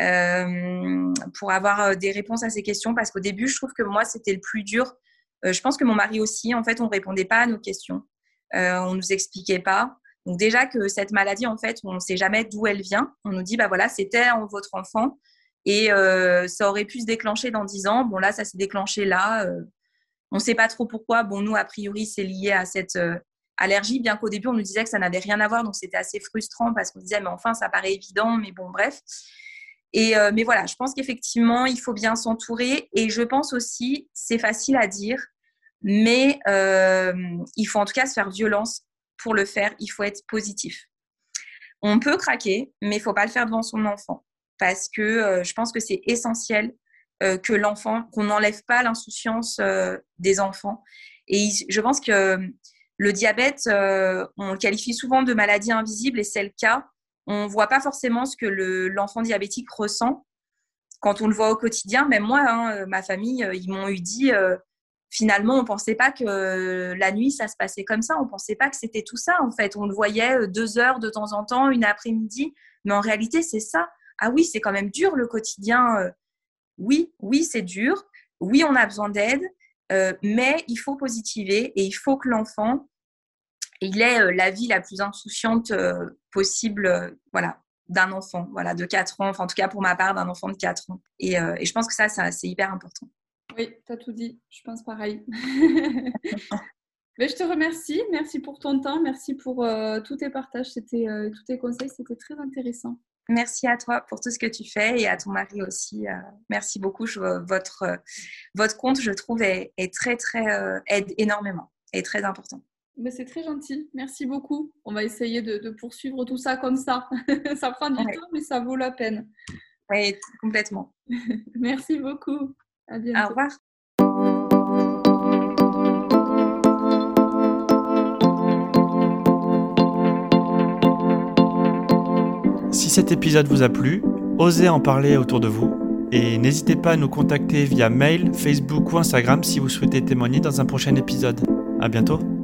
euh, pour avoir des réponses à ces questions parce qu'au début, je trouve que moi, c'était le plus dur. Euh, je pense que mon mari aussi, en fait, on ne répondait pas à nos questions. Euh, on ne nous expliquait pas. Donc déjà que cette maladie, en fait, on ne sait jamais d'où elle vient. On nous dit, bah voilà, c'était votre enfant et euh, ça aurait pu se déclencher dans dix ans. Bon, là, ça s'est déclenché là. Euh, on ne sait pas trop pourquoi. Bon, nous, a priori, c'est lié à cette euh, allergie, bien qu'au début, on nous disait que ça n'avait rien à voir. Donc, c'était assez frustrant parce qu'on disait, mais enfin, ça paraît évident, mais bon, bref. Et, euh, mais voilà, je pense qu'effectivement, il faut bien s'entourer. Et je pense aussi, c'est facile à dire, mais euh, il faut en tout cas se faire violence pour le faire. Il faut être positif. On peut craquer, mais il ne faut pas le faire devant son enfant parce que euh, je pense que c'est essentiel euh, que l'enfant, qu'on n'enlève pas l'insouciance euh, des enfants. Et je pense que le diabète, euh, on le qualifie souvent de maladie invisible et c'est le cas. On ne voit pas forcément ce que le, l'enfant diabétique ressent quand on le voit au quotidien. Même moi, hein, ma famille, ils m'ont eu dit, euh, finalement, on ne pensait pas que la nuit, ça se passait comme ça. On ne pensait pas que c'était tout ça, en fait. On le voyait deux heures de temps en temps, une après-midi. Mais en réalité, c'est ça. Ah oui, c'est quand même dur, le quotidien. Oui, oui, c'est dur. Oui, on a besoin d'aide. Euh, mais il faut positiver et il faut que l'enfant, il ait euh, la vie la plus insouciante euh, possible, euh, voilà, d'un enfant, voilà, de quatre ans. Enfin, en tout cas, pour ma part, d'un enfant de quatre ans. Et, euh, et je pense que ça, ça c'est hyper important. Oui, tu as tout dit. Je pense pareil. Mais je te remercie. Merci pour ton temps. Merci pour euh, tous tes partages, c'était, euh, tous tes conseils. C'était très intéressant. Merci à toi pour tout ce que tu fais et à ton mari aussi. Euh, merci beaucoup. Je, votre, euh, votre compte, je trouve, est, est très, très, euh, aide énormément et très important. Mais c'est très gentil. Merci beaucoup. On va essayer de, de poursuivre tout ça comme ça. Ça prend du Ouais. temps, mais ça vaut la peine. Oui, complètement. Merci beaucoup. À bientôt. Au revoir. Si cet épisode vous a plu, osez en parler autour de vous et n'hésitez pas à nous contacter via mail, Facebook ou Instagram si vous souhaitez témoigner dans un prochain épisode. À bientôt.